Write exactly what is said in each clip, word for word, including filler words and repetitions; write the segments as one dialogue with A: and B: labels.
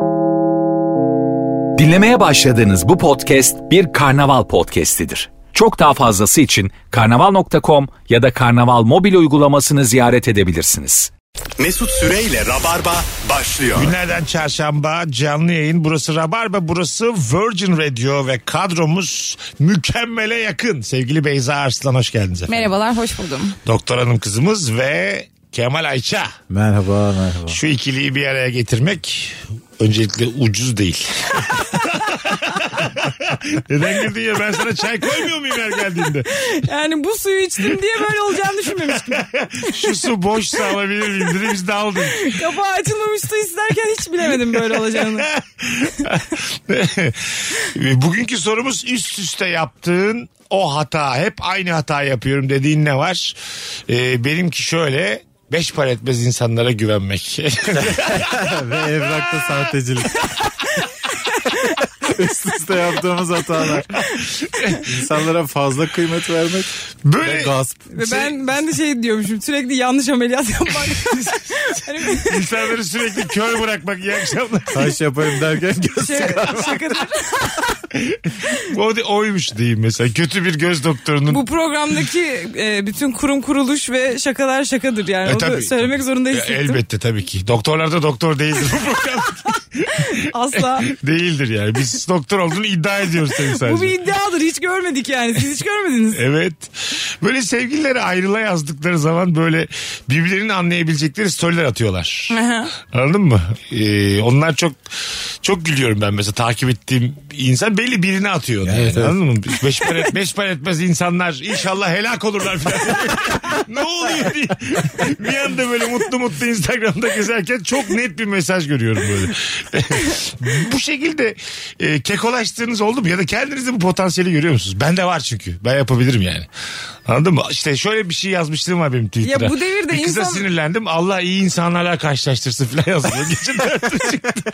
A: Dinlemeye başladığınız bu podcast bir karnaval podcastidir. Çok daha fazlası için karnaval nokta com ya da karnaval mobil uygulamasını ziyaret edebilirsiniz.
B: Mesut Süreyle Rabarba başlıyor.
C: Günlerden çarşamba canlı yayın. Burası Rabarba, burası Virgin Radio ve kadromuz mükemmele yakın. Sevgili Beyza Arslan, hoş geldiniz efendim.
D: Merhabalar, hoş buldum.
C: Doktor hanım kızımız ve Kemal Ayça.
E: Merhaba, merhaba.
C: Şu ikiliyi bir araya getirmek öncelikle ucuz değil. Neden girdin ya, ben sana çay koymuyor muyum her geldiğinde?
D: Yani bu suyu içtim diye böyle olacağını düşünmemiştim.
C: Şu su boşsa alabilir miyim dedi, biz de aldık.
D: Kapağı açılmamış su isterken hiç bilemedim böyle olacağını.
C: Bugünkü sorumuz, üst üste yaptığın o hata, hep aynı hata yapıyorum dediğin ne var? Ee, benimki şöyle: beş para etmez insanlara güvenmek.
E: Ve evrakta sahtecilik. Üst üste yaptığımız hatalar. İnsanlara fazla kıymet vermek
C: Böyle
E: ve gasp.
D: Ve ben ben de şey diyormuşum, sürekli yanlış ameliyat yapmak. Hani
C: İnsanları sürekli kör bırakmak. İyi akşamlar.
E: Taş yaparım derken göz
D: şey,
E: çıkarmak.
D: şakadır.
C: O da oymuş diyeyim mesela. Kötü bir göz doktorunun.
D: Bu programdaki e, bütün kurum kuruluş ve şakalar şakadır yani.
C: E,
D: Onu
C: tabii,
D: da söylemek
C: tabii.
D: zorunda
C: E,
D: hissettim.
C: elbette tabii ki. Doktorlar da doktor değildir bu program.
D: Asla.
C: Değildir yani. Biz doktor olduğunu iddia ediyoruz tabii sadece.
D: Bu bir iddiadır, hiç görmedik yani. Siz hiç görmediniz.
C: Evet. Böyle sevgilileri ayrıla yazdıkları zaman böyle birbirlerini anlayabilecekleri storyler atıyorlar.
D: Aha.
C: Anladın mı? Ee, onlar çok çok gülüyorum ben mesela, takip ettiğim insan belli birine atıyor. Yani,
E: evet, evet.
C: Anladın mı? Beş para, et, beş para etmez insanlar inşallah helak olurlar falan. Ne oluyor diye. Bir anda böyle mutlu mutlu Instagram'da gezerken çok net bir mesaj görüyorum böyle. Bu şekilde e, kekolaştığınız oldu mu? Ya da kendinizde bu potansiyeli görüyor musunuz? Bende var çünkü. Ben yapabilirim yani. Anladın mı? İşte şöyle bir şey yazmışlığım var benim Twitter'da.
D: Ya bu devirde
C: bir kıza
D: insan...
C: sinirlendim. Allah iyi insanlarla karşılaştırsın falan yazıyor. Geçen hafta çıktı.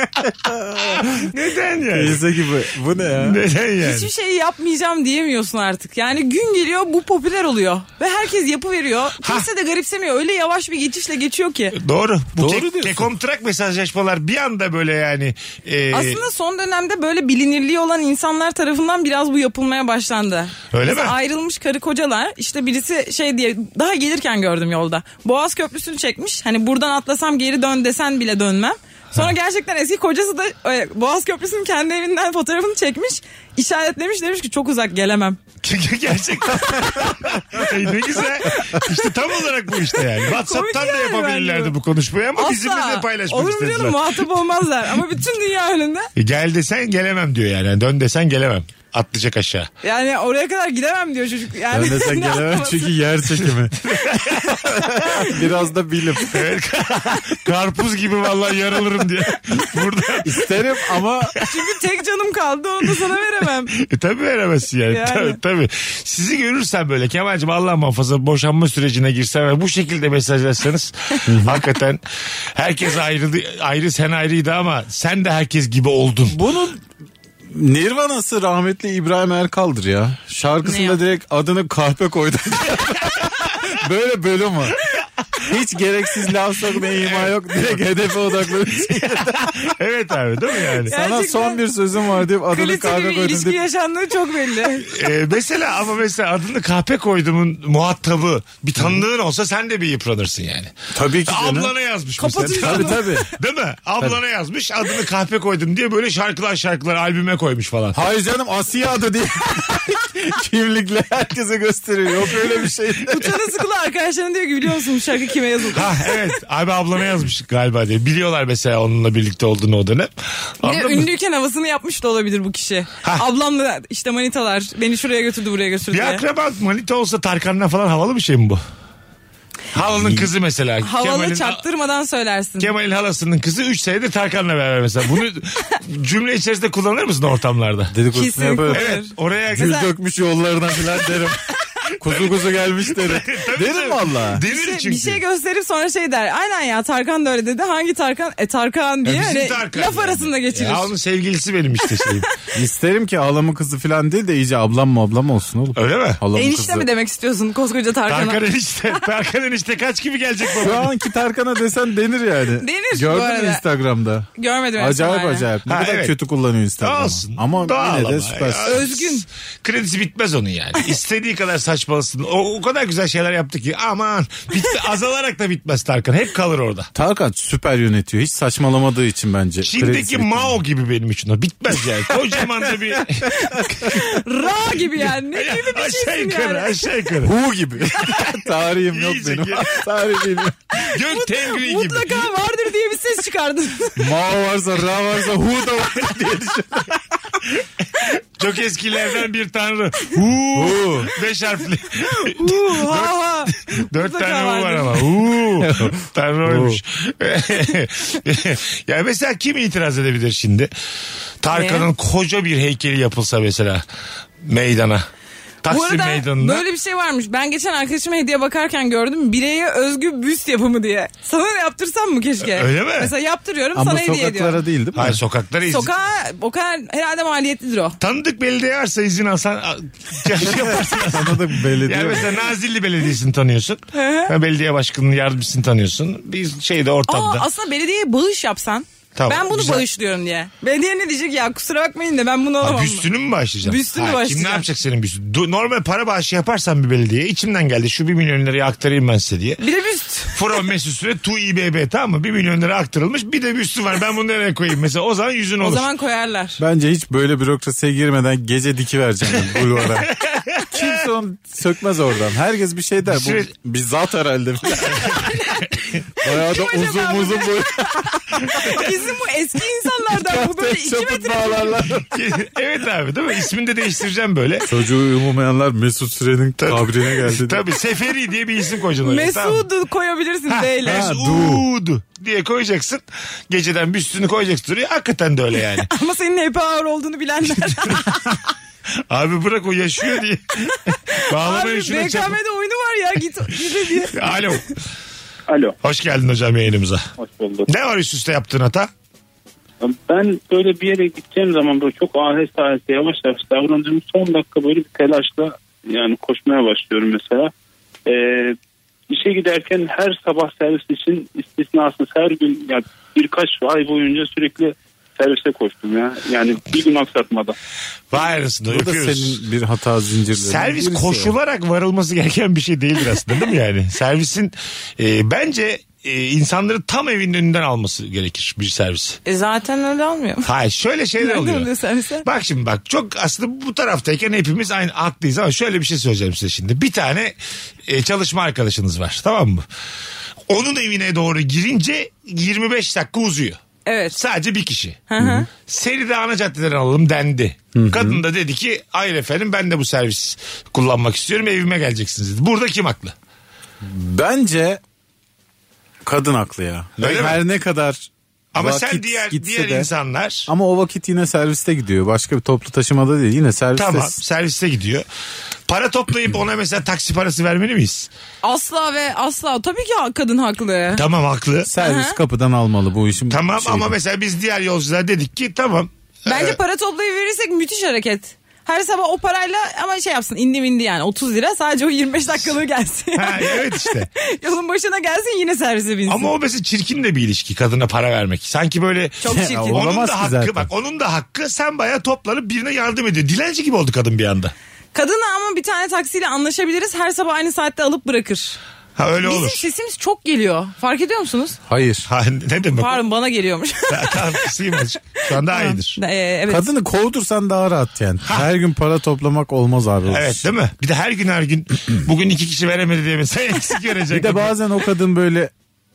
C: Neden yani?
E: Teyze gibi. Bu ne ya?
C: Neden yani?
D: Hiçbir şey yapmayacağım diyemiyorsun artık. Yani gün geliyor, bu popüler oluyor. Ve herkes yapıveriyor. Kimse de garipsemiyor. Öyle yavaş bir geçişle geçiyor ki.
C: Doğru. Bu
E: Doğru
C: ke-
E: diyorsun.
C: kekomtrak mesajlaşmalar bir anda böyle yani. E,
D: Aslında son dönemde böyle bilinirliği olan insanlar tarafından biraz bu yapılmaya başlandı.
C: Öyle
D: Mesela
C: mi?
D: ayrılmış karı kocalar, işte birisi şey diye, daha gelirken gördüm yolda. Boğaz Köprüsü'nü çekmiş. Hani buradan atlasam geri dön desen bile dönmem. Sonra gerçekten eski kocası da e, Boğaz Köprüsü'nün kendi evinden fotoğrafını çekmiş. İşaretlemiş, demiş ki çok uzak, gelemem.
C: Gerçekten. e, ne güzel. İşte tam olarak bu işte yani. WhatsApp'tan
D: Komik
C: da
D: yani
C: yapabilirlerdi
D: bence.
C: bu konuşmayı ama
D: Asla.
C: bizimle paylaşmak
D: Olur mu
C: istediler.
D: canım, muhatap olmazlar. Ama bütün dünya önünde.
C: E, gel desen gelemem diyor yani. Dön desen gelemem. Atlayacak aşağı.
D: Yani oraya kadar gidemem diyor çocuk. Yani
E: Ben de sen
D: ne
E: gelemem
D: yapması?
E: çünkü yer çekimi. Biraz da bilim.
C: Evet. Karpuz gibi vallahi yaralırım diye. Burada.
E: İsterim ama
D: Çünkü tek canım kaldı, onu da sana veremem.
C: E tabii veremezsin yani.
D: Yani.
C: Tabii, tabii. Sizi görürsen böyle Kemal'cim, Allah muhafaza boşanma sürecine girsen ve bu şekilde mesajlaşsanız hakikaten herkes ayrı, ayrı sen ayrıydı ama sen de herkes gibi oldun.
E: bunun Nirvana'sı rahmetli İbrahim Erkal'dır ya.
D: Ne
E: Şarkısında
D: ya?
E: direkt adını kahpe koydu. Böyle bölüm var. Hiç gereksiz laf sokmaya ima yok. Direkt hedefe odaklı.
C: Evet abi, değil mi yani?
E: Sana
D: Gerçekten
E: son bir sözüm var deyip adını
D: Klasik
E: kahpe
D: bir
E: koydun.
D: ilişki
E: deyip-
D: yaşandığı çok belli.
C: Ee, mesela ama mesela adını kahpe koyduğumun muhatabı bir tanıdığın olsa sen de bir yıpranırsın yani.
E: Tabii ki canım.
C: Ablana yazmış
D: Kapatın
C: mesela.
E: Tabii tabii.
C: Değil mi? Ablana yazmış, adını kahpe koydum diye böyle şarkılar şarkılar albüme koymuş falan.
E: Hayır canım, Asiye adı diye. Kimlikle herkese gösteriyor. Yok öyle bir şey.
D: Uçana sıkıla arkadaşlarına diyor ki, biliyor musun bu şarkı kime yazıldı?
C: Ha evet, abi ablana yazmış galiba diye. Biliyorlar mesela onunla birlikte olduğunu o dönem.
D: Bir de
C: Anladın mı?
D: ünlüyken havasını yapmış da olabilir bu kişi.
C: Ha.
D: Ablamla işte manitalar beni şuraya götürdü, buraya götürdü
C: Bir
D: diye.
C: akraba manita olsa Tarkan'la falan havalı bir şey mi bu? Halanın kızı mesela.
D: Havalı,
C: Kemal'in,
D: çaktırmadan söylersin.
C: Kemal'in halasının kızı üç senedir Tarkan'la beraber mesela. Bunu cümle içerisinde kullanır mısın ortamlarda?
E: Dedikodusunu
D: Kesinlikle.
E: yaparım.
C: Evet, oraya
E: Gül dökmüş yollarına falan derim. Kuzu kuzu gelmiş derim. Derim valla.
C: Denir
D: Bir şey,
C: çünkü.
D: bir şey gösterip sonra şey der. Aynen ya Tarkan da öyle dedi. Hangi Tarkan? E Tarkan diye.
C: Ya bizim
D: Hani
C: Tarkan
D: laf
C: yani.
D: arasında geçirir.
C: Ya onun sevgilisi benim işte şeyim.
E: İsterim ki halamın kızı falan değil de iyice ablam mı ablam olsun oğlum.
C: Öyle mi?
E: Halamın
D: Enişte
E: kızı.
D: mi demek istiyorsun koskoca Tarkan'a?
C: Tarkan enişte. Tarkan enişte kaç gibi gelecek
E: Şu
C: baba?
E: anki Tarkan'a desen denir yani.
D: Denir bu
E: Gördün mü
D: arada.
E: Instagram'da?
D: Görmedim.
E: Acayip
D: resmen
E: acayip. Ne
C: Ha,
E: kadar
C: evet.
E: kötü kullanıyor Instagram'ı.
C: Olsun.
E: Ama
C: Doğal
E: yine de
C: ama
E: süper.
C: ya.
D: Özgün.
C: Kredisi bitmez onun yani. İstediği kadar saçmalasın. O, o kadar güzel şeyler yaptı ki aman. Bitti, azalarak da bitmez Tarkan. Hep kalır orada.
E: Tarkan süper yönetiyor. Hiç saçmalamadığı için bence.
C: Çin'deki
E: Kredisi bitmiyor.
C: Mao gibi benim için o. Bitmez yani. Kocaman da bir...
D: Ra gibi yani. Ne gibi bir
C: aşağı
D: şeysin
C: yukarı
D: yani.
C: aşağı yukarı.
E: Hu gibi. Tarihim yok
C: İyice
E: benim.
C: gel.
E: Tarih bilmiyorum.
C: Gök tengri gibi.
D: Mutlaka vardır diye bir ses çıkardın.
E: Mao varsa Ra varsa Hu da var diye düşün.
C: Çok eskilerden bir tanrı. Hu. Beş harfli.
D: Uh, ha, ha.
C: Dört
D: Mutlaka
C: tane U var
D: vardır.
C: ama. Hu. Tanrı oymuş. Ya mesela kim itiraz edebilir şimdi? Tarkan'ın koca bir heykeli yapılsa mesela meydana.
D: Bu
C: Taksim
D: arada
C: meydanına.
D: böyle bir şey varmış. Ben geçen arkadaşıma hediye bakarken gördüm. Bireye özgü büst yapımı diye. Sana da yaptırsam mı keşke?
C: Öyle mi?
D: Mesela yaptırıyorum
E: Ama
D: sana hediye ediyorum.
E: sokaklara değil değil mi?
C: Hayır sokaklara izin.
D: Sokağa o kadar herhalde maliyetlidir o.
C: Tanıdık belediye varsa izin alsan a- şey yaparsın.
E: Sana da belediye.
C: Yani mesela Nazilli Belediyesi'ni tanıyorsun. Ha, belediye başkanının yardımcısını tanıyorsun. Bir şeyde
D: Aa,
C: ortamda.
D: aslında belediyeye bağış yapsan.
C: Tamam,
D: ben bunu
C: güzel.
D: bağışlıyorum diye. Belediye ne diyecek ya kusura bakmayın da ben bunu alamam.
C: Ha,
D: mı?
C: büstünü mü bağışlayacaksın?
D: Büstünü
C: Ha, Kim ne
D: bağışlayacağım.
C: yapacak senin büstünü? Du- Normal para bağışı yaparsan bir belediyeye içimden geldi şu bir milyon lirayı aktarayım ben size diye.
D: Bir de büst.
C: From Mesut Süre Tu İBB tamam mı? Bir milyon lira aktarılmış bir de büstü var ben bunu nereye koyayım mesela o zaman yüzün olur.
D: O zaman koyarlar.
E: Bence hiç böyle bürokrasiye girmeden gece diki vereceğim ben bulvara. Kimse onu sökmez oradan. Herkes bir şey der. Bu
C: Süre-
E: bir zat herhalde. Bayağı da
D: Kim acaba
E: uzun
D: bu?
E: uzun boy.
D: Bizim bu eski insanlardan bu böyle iki
E: Çaput
D: metre.
E: bağlarlar.
C: Evet abi değil mi? İsmini de değiştireceğim böyle.
E: Çocuğu uyumayanlar Mesut Süren'in kabrine geldi.
C: Tabii Seferi diye bir isim koyacaksın oraya. tamam mı?
D: Mesud'u koyabilirsin
C: Ha,
D: D'yle.
C: Mesud diye koyacaksın. Geceden büstünü koyacaksın oraya. Hakikaten de öyle yani.
D: Ama senin hep ağır olduğunu bilenler.
C: Abi bırak o yaşıyor diye. Bağlamayın
D: Abi
C: şuna çabuk.
D: B K M'de oyunu var ya git git diye.
C: Alo.
F: Alo,
C: Hoş geldin hocam yayınımıza.
F: hoş bulduk.
C: Ne var üst üste yaptığın hata?
F: Ben böyle bir yere gideceğim zaman böyle çok aheste aheste yavaş yavaş davrandığım son dakika böyle bir telaşla yani koşmaya başlıyorum mesela. Ee, işe giderken her sabah servis için istisnasız her gün yani birkaç ay boyunca sürekli servise koştum ya. Yani bir gün aksatmadan.
C: Vay arasında
E: Bu da
C: öpüyoruz.
E: senin bir hata zincirleri.
C: Servis koşularak varılması gereken bir şey değildir aslında değil mi yani? Servisin e, bence e, insanları tam evinin önünden alması gerekir bir servis.
D: E zaten öyle olmuyor mu?
C: Hayır şöyle şeyler
D: Nereden
C: oluyor.
D: oluyor servise?
C: Bak şimdi bak çok aslında bu taraftayken hepimiz aynı haklıyız ama şöyle bir şey söyleyeceğim size şimdi. Bir tane e, çalışma arkadaşınız var tamam mı? Onun evine doğru girince yirmi beş dakika uzuyor.
D: Evet.
C: Sadece bir kişi.
D: Hı hı.
C: Seni de ana caddeden alalım dendi. Kadın da dedi ki hayır efendim ben de bu servis kullanmak istiyorum evime geleceksiniz dedi. Burada kim haklı?
E: Bence kadın haklı ya.
C: Öyle mi?
E: Her ne kadar
C: Ama
E: vakit
C: sen diğer
E: gitse
C: diğer
E: de,
C: insanlar
E: ama o vakit yine serviste gidiyor. Başka bir toplu taşımada değil. Yine serviste.
C: tamam serviste gidiyor. Para toplayıp ona mesela taksi parası vermeli miyiz?
D: Asla ve asla. Tabii ki kadın haklı.
C: Tamam haklı.
E: Servis
D: Aha.
E: kapıdan almalı bu işin.
C: Tamam
E: şeyi.
C: ama mesela biz diğer yolcular dedik ki tamam.
D: Bence
C: Ee,
D: para toplayıverirsek müthiş hareket. Her sabah o parayla ama şey yapsın indi indi yani otuz lira sadece o yirmi beş dakikalığı gelsin.
C: Ha, evet işte.
D: Yolun başına gelsin yine servise binsin.
C: Ama o mesela çirkin de bir ilişki kadına para vermek. Sanki böyle
D: Çok çirkin.
E: Ya,
C: onun
E: olamaz
C: da
E: ki
C: hakkı
E: zaten.
C: bak onun da hakkı sen bayağı toplanıp birine yardım ediyor. Dilenci gibi oldu kadın bir anda.
D: Kadınla ama bir tane taksiyle anlaşabiliriz. Her sabah aynı saatte alıp bırakır.
C: Ha öyle
D: Bizim
C: olur.
D: sesimiz çok geliyor. Fark ediyor musunuz?
E: Hayır.
C: Ha, ne demek?
D: Pardon bana geliyormuş.
C: Tamam kısayım azıcık. Şu an daha iyidir.
D: Ee, evet.
E: Kadını kovdursan daha rahat yani. Her gün para toplamak olmaz abi.
C: Evet değil mi? Bir de her gün her gün bugün iki kişi veremedi diye mesela eksik verecek.
E: Bir de bazen o kadın böyle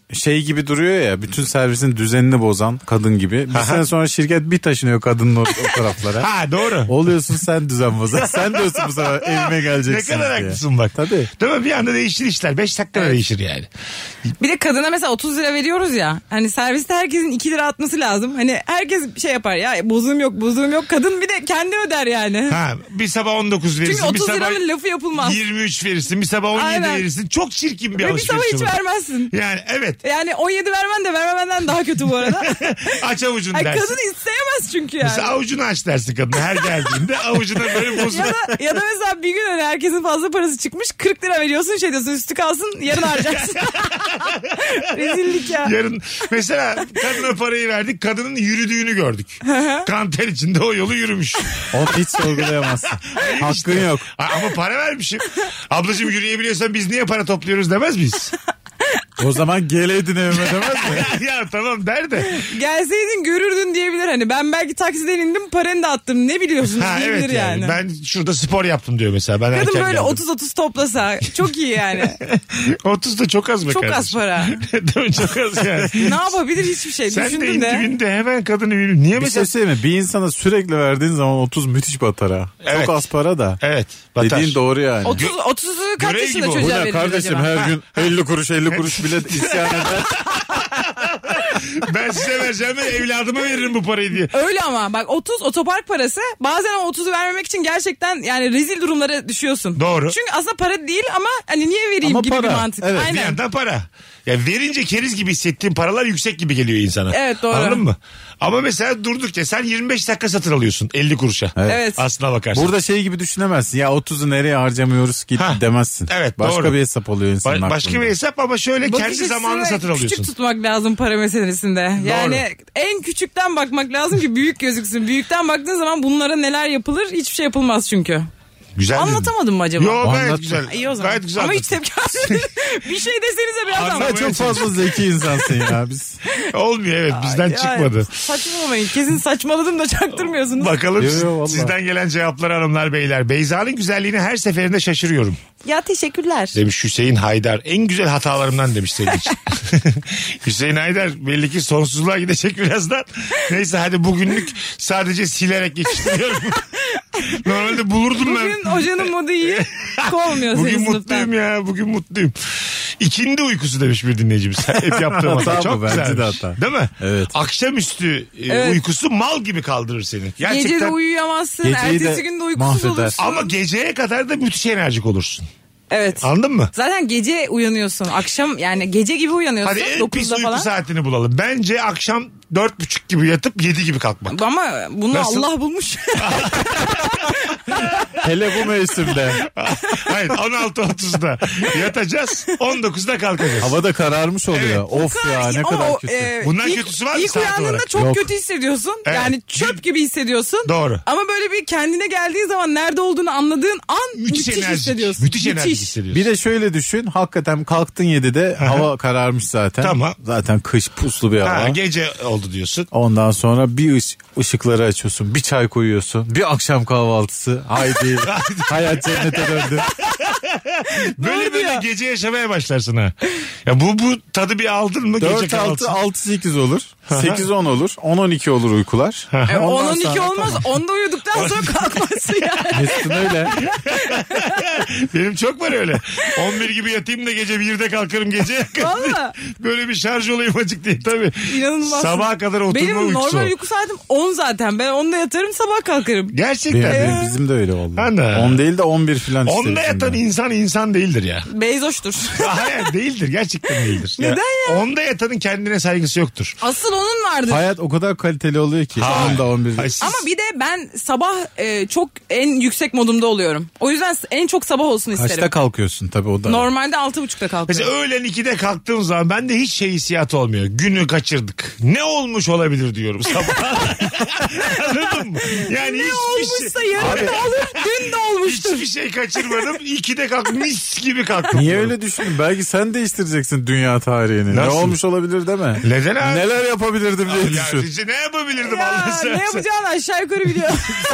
E: şey gibi duruyor ya, bütün servisin düzenini bozan kadın gibi. Bir sene sonra şirket bir taşınıyor kadının o, o taraflara.
C: Ha doğru.
E: Oluyorsun sen düzen bozan. Sen diyorsun bu sefer evime
C: Ne
E: geleceksin
C: kadar
E: diye.
C: haklısın bak.
E: Tabii.
C: Değil mi? Bir anda değişir işler. Beş dakikada değişir yani.
D: Bir de kadına mesela otuz lira veriyoruz ya. Hani serviste herkesin iki lira atması lazım. Hani herkes şey yapar ya, bozuğum yok bozuğum yok. Kadın bir de kendi öder yani.
C: Ha, bir sabah on dokuz verirsin.
D: Çünkü
C: bir
D: otuz
C: sabah
D: liranın lafı yapılmaz.
C: yirmi üç verirsin. Bir sabah on yedi
D: Aynen.
C: verirsin. Çok çirkin bir
D: Ve bir
C: alışveriş.
D: sabah hiç
C: olur.
D: vermezsin.
C: Yani evet.
D: Yani on yedi vermen de vermemenden daha kötü bu arada.
C: Aç avucunu
D: Ay,
C: dersin.
D: kadın isteyemez çünkü yani.
C: Mesela avucunu aç dersin kadına her geldiğinde avucuna böyle bozulur.
D: Ya da, ya da mesela bir gün hani herkesin fazla parası çıkmış, kırk lira veriyorsun, şey diyorsun, üstü kalsın, yarın harcarsın. Rezillik ya.
C: Yarın mesela kadına parayı verdik, kadının yürüdüğünü gördük. Kanter içinde o yolu yürümüş.
E: Onu hiç sorgulayamazsın. Hakkın yok.
C: A- Ama para vermişim. Ablacığım yürüyebiliyorsan biz niye para topluyoruz demez miyiz?
E: O zaman geleydin evime demez mi?
C: Ya tamam der de.
D: Gelseydin görürdün diyebilir hani. Ben belki taksiden indim, paranı da attım. Ne biliyorsunuz
C: Ha
D: diyebilir
C: evet yani.
D: yani.
C: Ben şurada spor yaptım diyor mesela. Ben
D: Kadın
C: erken
D: böyle
C: geldim.
D: otuz otuz toplasa çok iyi yani.
C: otuz da çok az be
D: Çok az
C: kardeşim.
D: para.
C: Değil mi? Çok az yani.
D: Ne yapabilir hiçbir şey.
C: Sen de
D: Düşündüm de.
C: intiminde hemen kadını yürü. Niye
E: Bir
C: mesela?
E: şey söyleyeyim mi? Bir insana sürekli verdiğin zaman otuz müthiş batar ha.
C: Evet.
E: Çok az para da.
C: Evet. Batar.
E: Dediğin doğru yani.
D: otuz otuzu kaç
C: görev
D: yaşında
C: gibi o.
E: Bu
D: çocuğa
E: ne
D: verir
E: kardeşim,
D: acaba?
E: her gün elli kuruş elli kuruş bile isyan eder.
C: Ben size vereceğim, ben evladıma veririm bu parayı diye.
D: Öyle ama bak otuz otopark parası, bazen o otuzu vermemek için gerçekten yani rezil durumlara düşüyorsun.
C: Doğru.
D: Çünkü aslında para değil ama hani niye vereyim
E: Ama
D: gibi
E: para.
D: bir mantık.
E: Evet,
C: Bir
D: Aynen.
C: yandan para. Ya verince keriz gibi hissettiğin paralar yüksek gibi geliyor insana.
D: Evet, doğru.
C: Anladın mı? Ama mesela durduk ya, sen yirmi beş dakika satın alıyorsun elli kuruşa.
D: Evet.
C: Aslına bakarsın.
E: Burada şey gibi düşünemezsin. Ya otuzu nereye harcamıyoruz git
C: Ha,
E: demezsin.
C: evet,
E: Başka
C: doğru.
E: bir hesap oluyor insanın
C: Ba-
E: aklında.
C: başka bir hesap ama şöyle
D: Bakış
C: kendi
D: açısını
C: zamanını satın alıyorsun.
D: Küçük tutmak lazım para meselesinde. Yani en küçükten bakmak lazım ki büyük gözüksün. Büyükten baktığın zaman bunlara neler yapılır, hiçbir şey yapılmaz çünkü.
C: Güzel dedin.
D: Anlatamadım mı acaba?
C: Yo gayet
E: Anlattın.
C: güzel.
D: İyi o zaman.
C: Gayet güzel.
D: Ama hiç
C: anlattın.
D: tepki almıyorum. Bir şey desenize biraz
C: Anlamadım.
D: ama.
E: Sen çok fazla zeki insansın ya biz.
C: Olmuyor evet, bizden
D: Yani
C: çıkmadı.
D: Saçmalamayın. Kesin saçmaladım da çaktırmıyorsunuz.
C: Bakalım
E: Yo,
C: siz-
E: yo, vallahi.
C: sizden gelen cevaplar hanımlar beyler. Beyza'nın güzelliğine her seferinde şaşırıyorum
D: Ya teşekkürler.
C: demiş Hüseyin Haydar. En güzel hatalarımdan demiş senin için. Hüseyin Haydar belli ki sonsuzluğa gidecek birazdan. Neyse hadi bugünlük sadece silerek geçiştiriyorum. Normalde bulurdum ben.
D: Bugün hocanın modu iyi. Kovmuyor
C: Bugün
D: seni
C: mutluyum
D: sınıftan.
C: ya, bugün mutluyum. İkindi uykusu demiş bir dinleyicimiz. Hep yaptığım hata.
E: Hata
C: Çok
E: bu, bence
C: güzelmiş.
E: de hata.
C: Değil mi?
E: Evet.
C: Akşamüstü e,
D: Evet.
C: uykusu mal gibi kaldırır seni. Gerçekten.
D: Gece de uyuyamazsın.
E: Geceyi de
D: Ertesi gün de uykusuz
E: mahveder.
D: olursun.
C: Ama geceye kadar da müthiş enerjik olursun.
D: Evet.
C: Anladın mı?
D: Zaten gece uyanıyorsun. Akşam yani gece gibi uyanıyorsun.
C: Hadi en pis
D: dokuzda
C: uyku
D: falan.
C: saatini bulalım. Bence akşam dört buçuk gibi yatıp yedi gibi kalkmak.
D: Ama bunu
C: Nasıl?
D: Allah bulmuş.
E: Hele bu mevsimde.
C: Hayır on altı otuzda yatacağız, on dokuzda kalkacağız.
E: Hava da kararmış oluyor.
C: Evet.
E: Of ya ne
D: Ama
E: kadar
D: o,
E: kötü.
D: e,
C: Bundan
D: ilk-
C: kötüsü var mı
D: İlk
C: saat
D: uyandığında
C: olarak?
D: çok
E: Yok.
D: kötü hissediyorsun.
C: Evet.
D: Yani çöp gibi hissediyorsun.
C: Doğru.
D: Ama böyle bir kendine geldiğin zaman nerede olduğunu anladığın an
C: Müthiş,
D: müthiş,
C: enerjik.
D: hissediyorsun.
C: Müthiş, enerjik hissediyorsun.
E: Bir de şöyle düşün. Hakikaten kalktın yedide hava kararmış zaten.
C: Tamam.
E: Zaten kış puslu bir hava.
C: Ha, gece oldu diyorsun.
E: Ondan sonra bir ış- ışıkları açıyorsun. Bir çay koyuyorsun. Bir akşam kahvaltısı. Haydi. Hayat cennete döndü.
C: Böyle böyle gece yaşamaya başlarsın ha. Ya bu bu tadı bir aldın mı gece
E: dört altı
C: kahvaltısı?
E: altı sekiz olur. sekiz on olur. on on iki olur uykular.
D: E, on
E: Ondan
D: on iki
E: sonra-
D: olmaz. onda uyuduktan sonra kalkmazsın yani.
E: Mesut'un öyle.
C: Benim çok var öyle. on bir gibi yatayım da gece birde kalkarım gece.
D: Valla.
C: Böyle bir şarj olayım acık diye tabii.
D: İnanılmaz.
C: Sabaha kadar oturma
D: Benim
C: uykusu.
D: normal uyku saatim on zaten. Ben onda yatarım, sabah kalkarım.
C: Gerçekten.
E: Benim, benim- bizim de öyle oldu.
C: Ana.
E: on değil de on bir falan işte.
C: Onda
E: bizim
C: yatan
E: de.
C: insan insan değildir ya.
D: Beyzoştur.
C: Hayır değildir, gerçekten değildir.
D: Neden ya?
C: Onda yatanın kendine saygısı yoktur.
D: Asıl onun vardır.
E: Hayat o kadar kaliteli oluyor ki.
C: Hayır.
E: on da on bir.
C: Hayır, siz-
D: Ama bir de ben sabah e, çok en yüksek modumda oluyorum. O yüzden en çok sabah olsun isterim.
E: Kaçta kalkıyorsun tabii o da.
D: Normalde altı buçukta kalkıyorum.
C: Mesela öğlen ikide kalktığım zaman bende hiç şey hissiyatı olmuyor. Günü kaçırdık. Ne olmuş olabilir diyorum sabah. Anladın mı? Yani
D: Ne
C: hiçbir
D: olmuşsa
C: şey...
D: yarın da olur, dün de olmuştur.
C: Hiçbir şey kaçırmadım. İkide kalk mis gibi kalktım.
E: Niye
C: diyorum.
E: öyle düşündün? Belki sen değiştireceksin dünya tarihini.
C: Nasıl?
E: Ne olmuş olabilir deme.
C: Neden abi?
E: Neler yapabilirdim diye
C: Ya
E: düşün.
C: sizce ne yapabilirdim
D: Ya
C: Allah'ını
D: ne
C: seversen?
D: yapacağını aşağı yukarı biliyorum.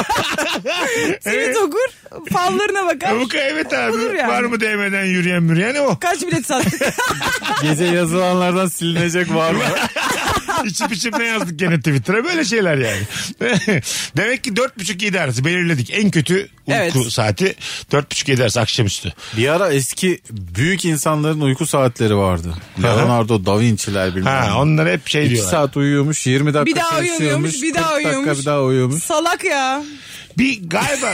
D: Simit okur, fallarına bakar.
C: Bu evet abi.
D: Olur yani.
C: Var mı değmeden yürüyen mürüyen o.
D: Kaç bilet sattık?
E: Gece yazılanlardan silinecek var mı?
C: İçip içip ne yazdık gene Twitter'a, böyle şeyler yani. Demek ki dört buçuk yedi arası belirledik. En kötü uyku
D: Evet.
C: saati dört buçuk yedi arası akşamüstü.
E: Bir ara eski büyük insanların uyku saatleri vardı. Leonardo da Vinci'ler bilmem.
C: Ha, onlar hep şey
E: İki
C: diyorlar.
E: saat uyuyormuş, yirmi dakika
D: Bir daha
E: çalışıyormuş,
D: uyanıyormuş, bir daha
E: kırk dakika
D: uyuyormuş.
E: bir daha uyuyormuş.
D: Salak ya.
C: Bir galiba...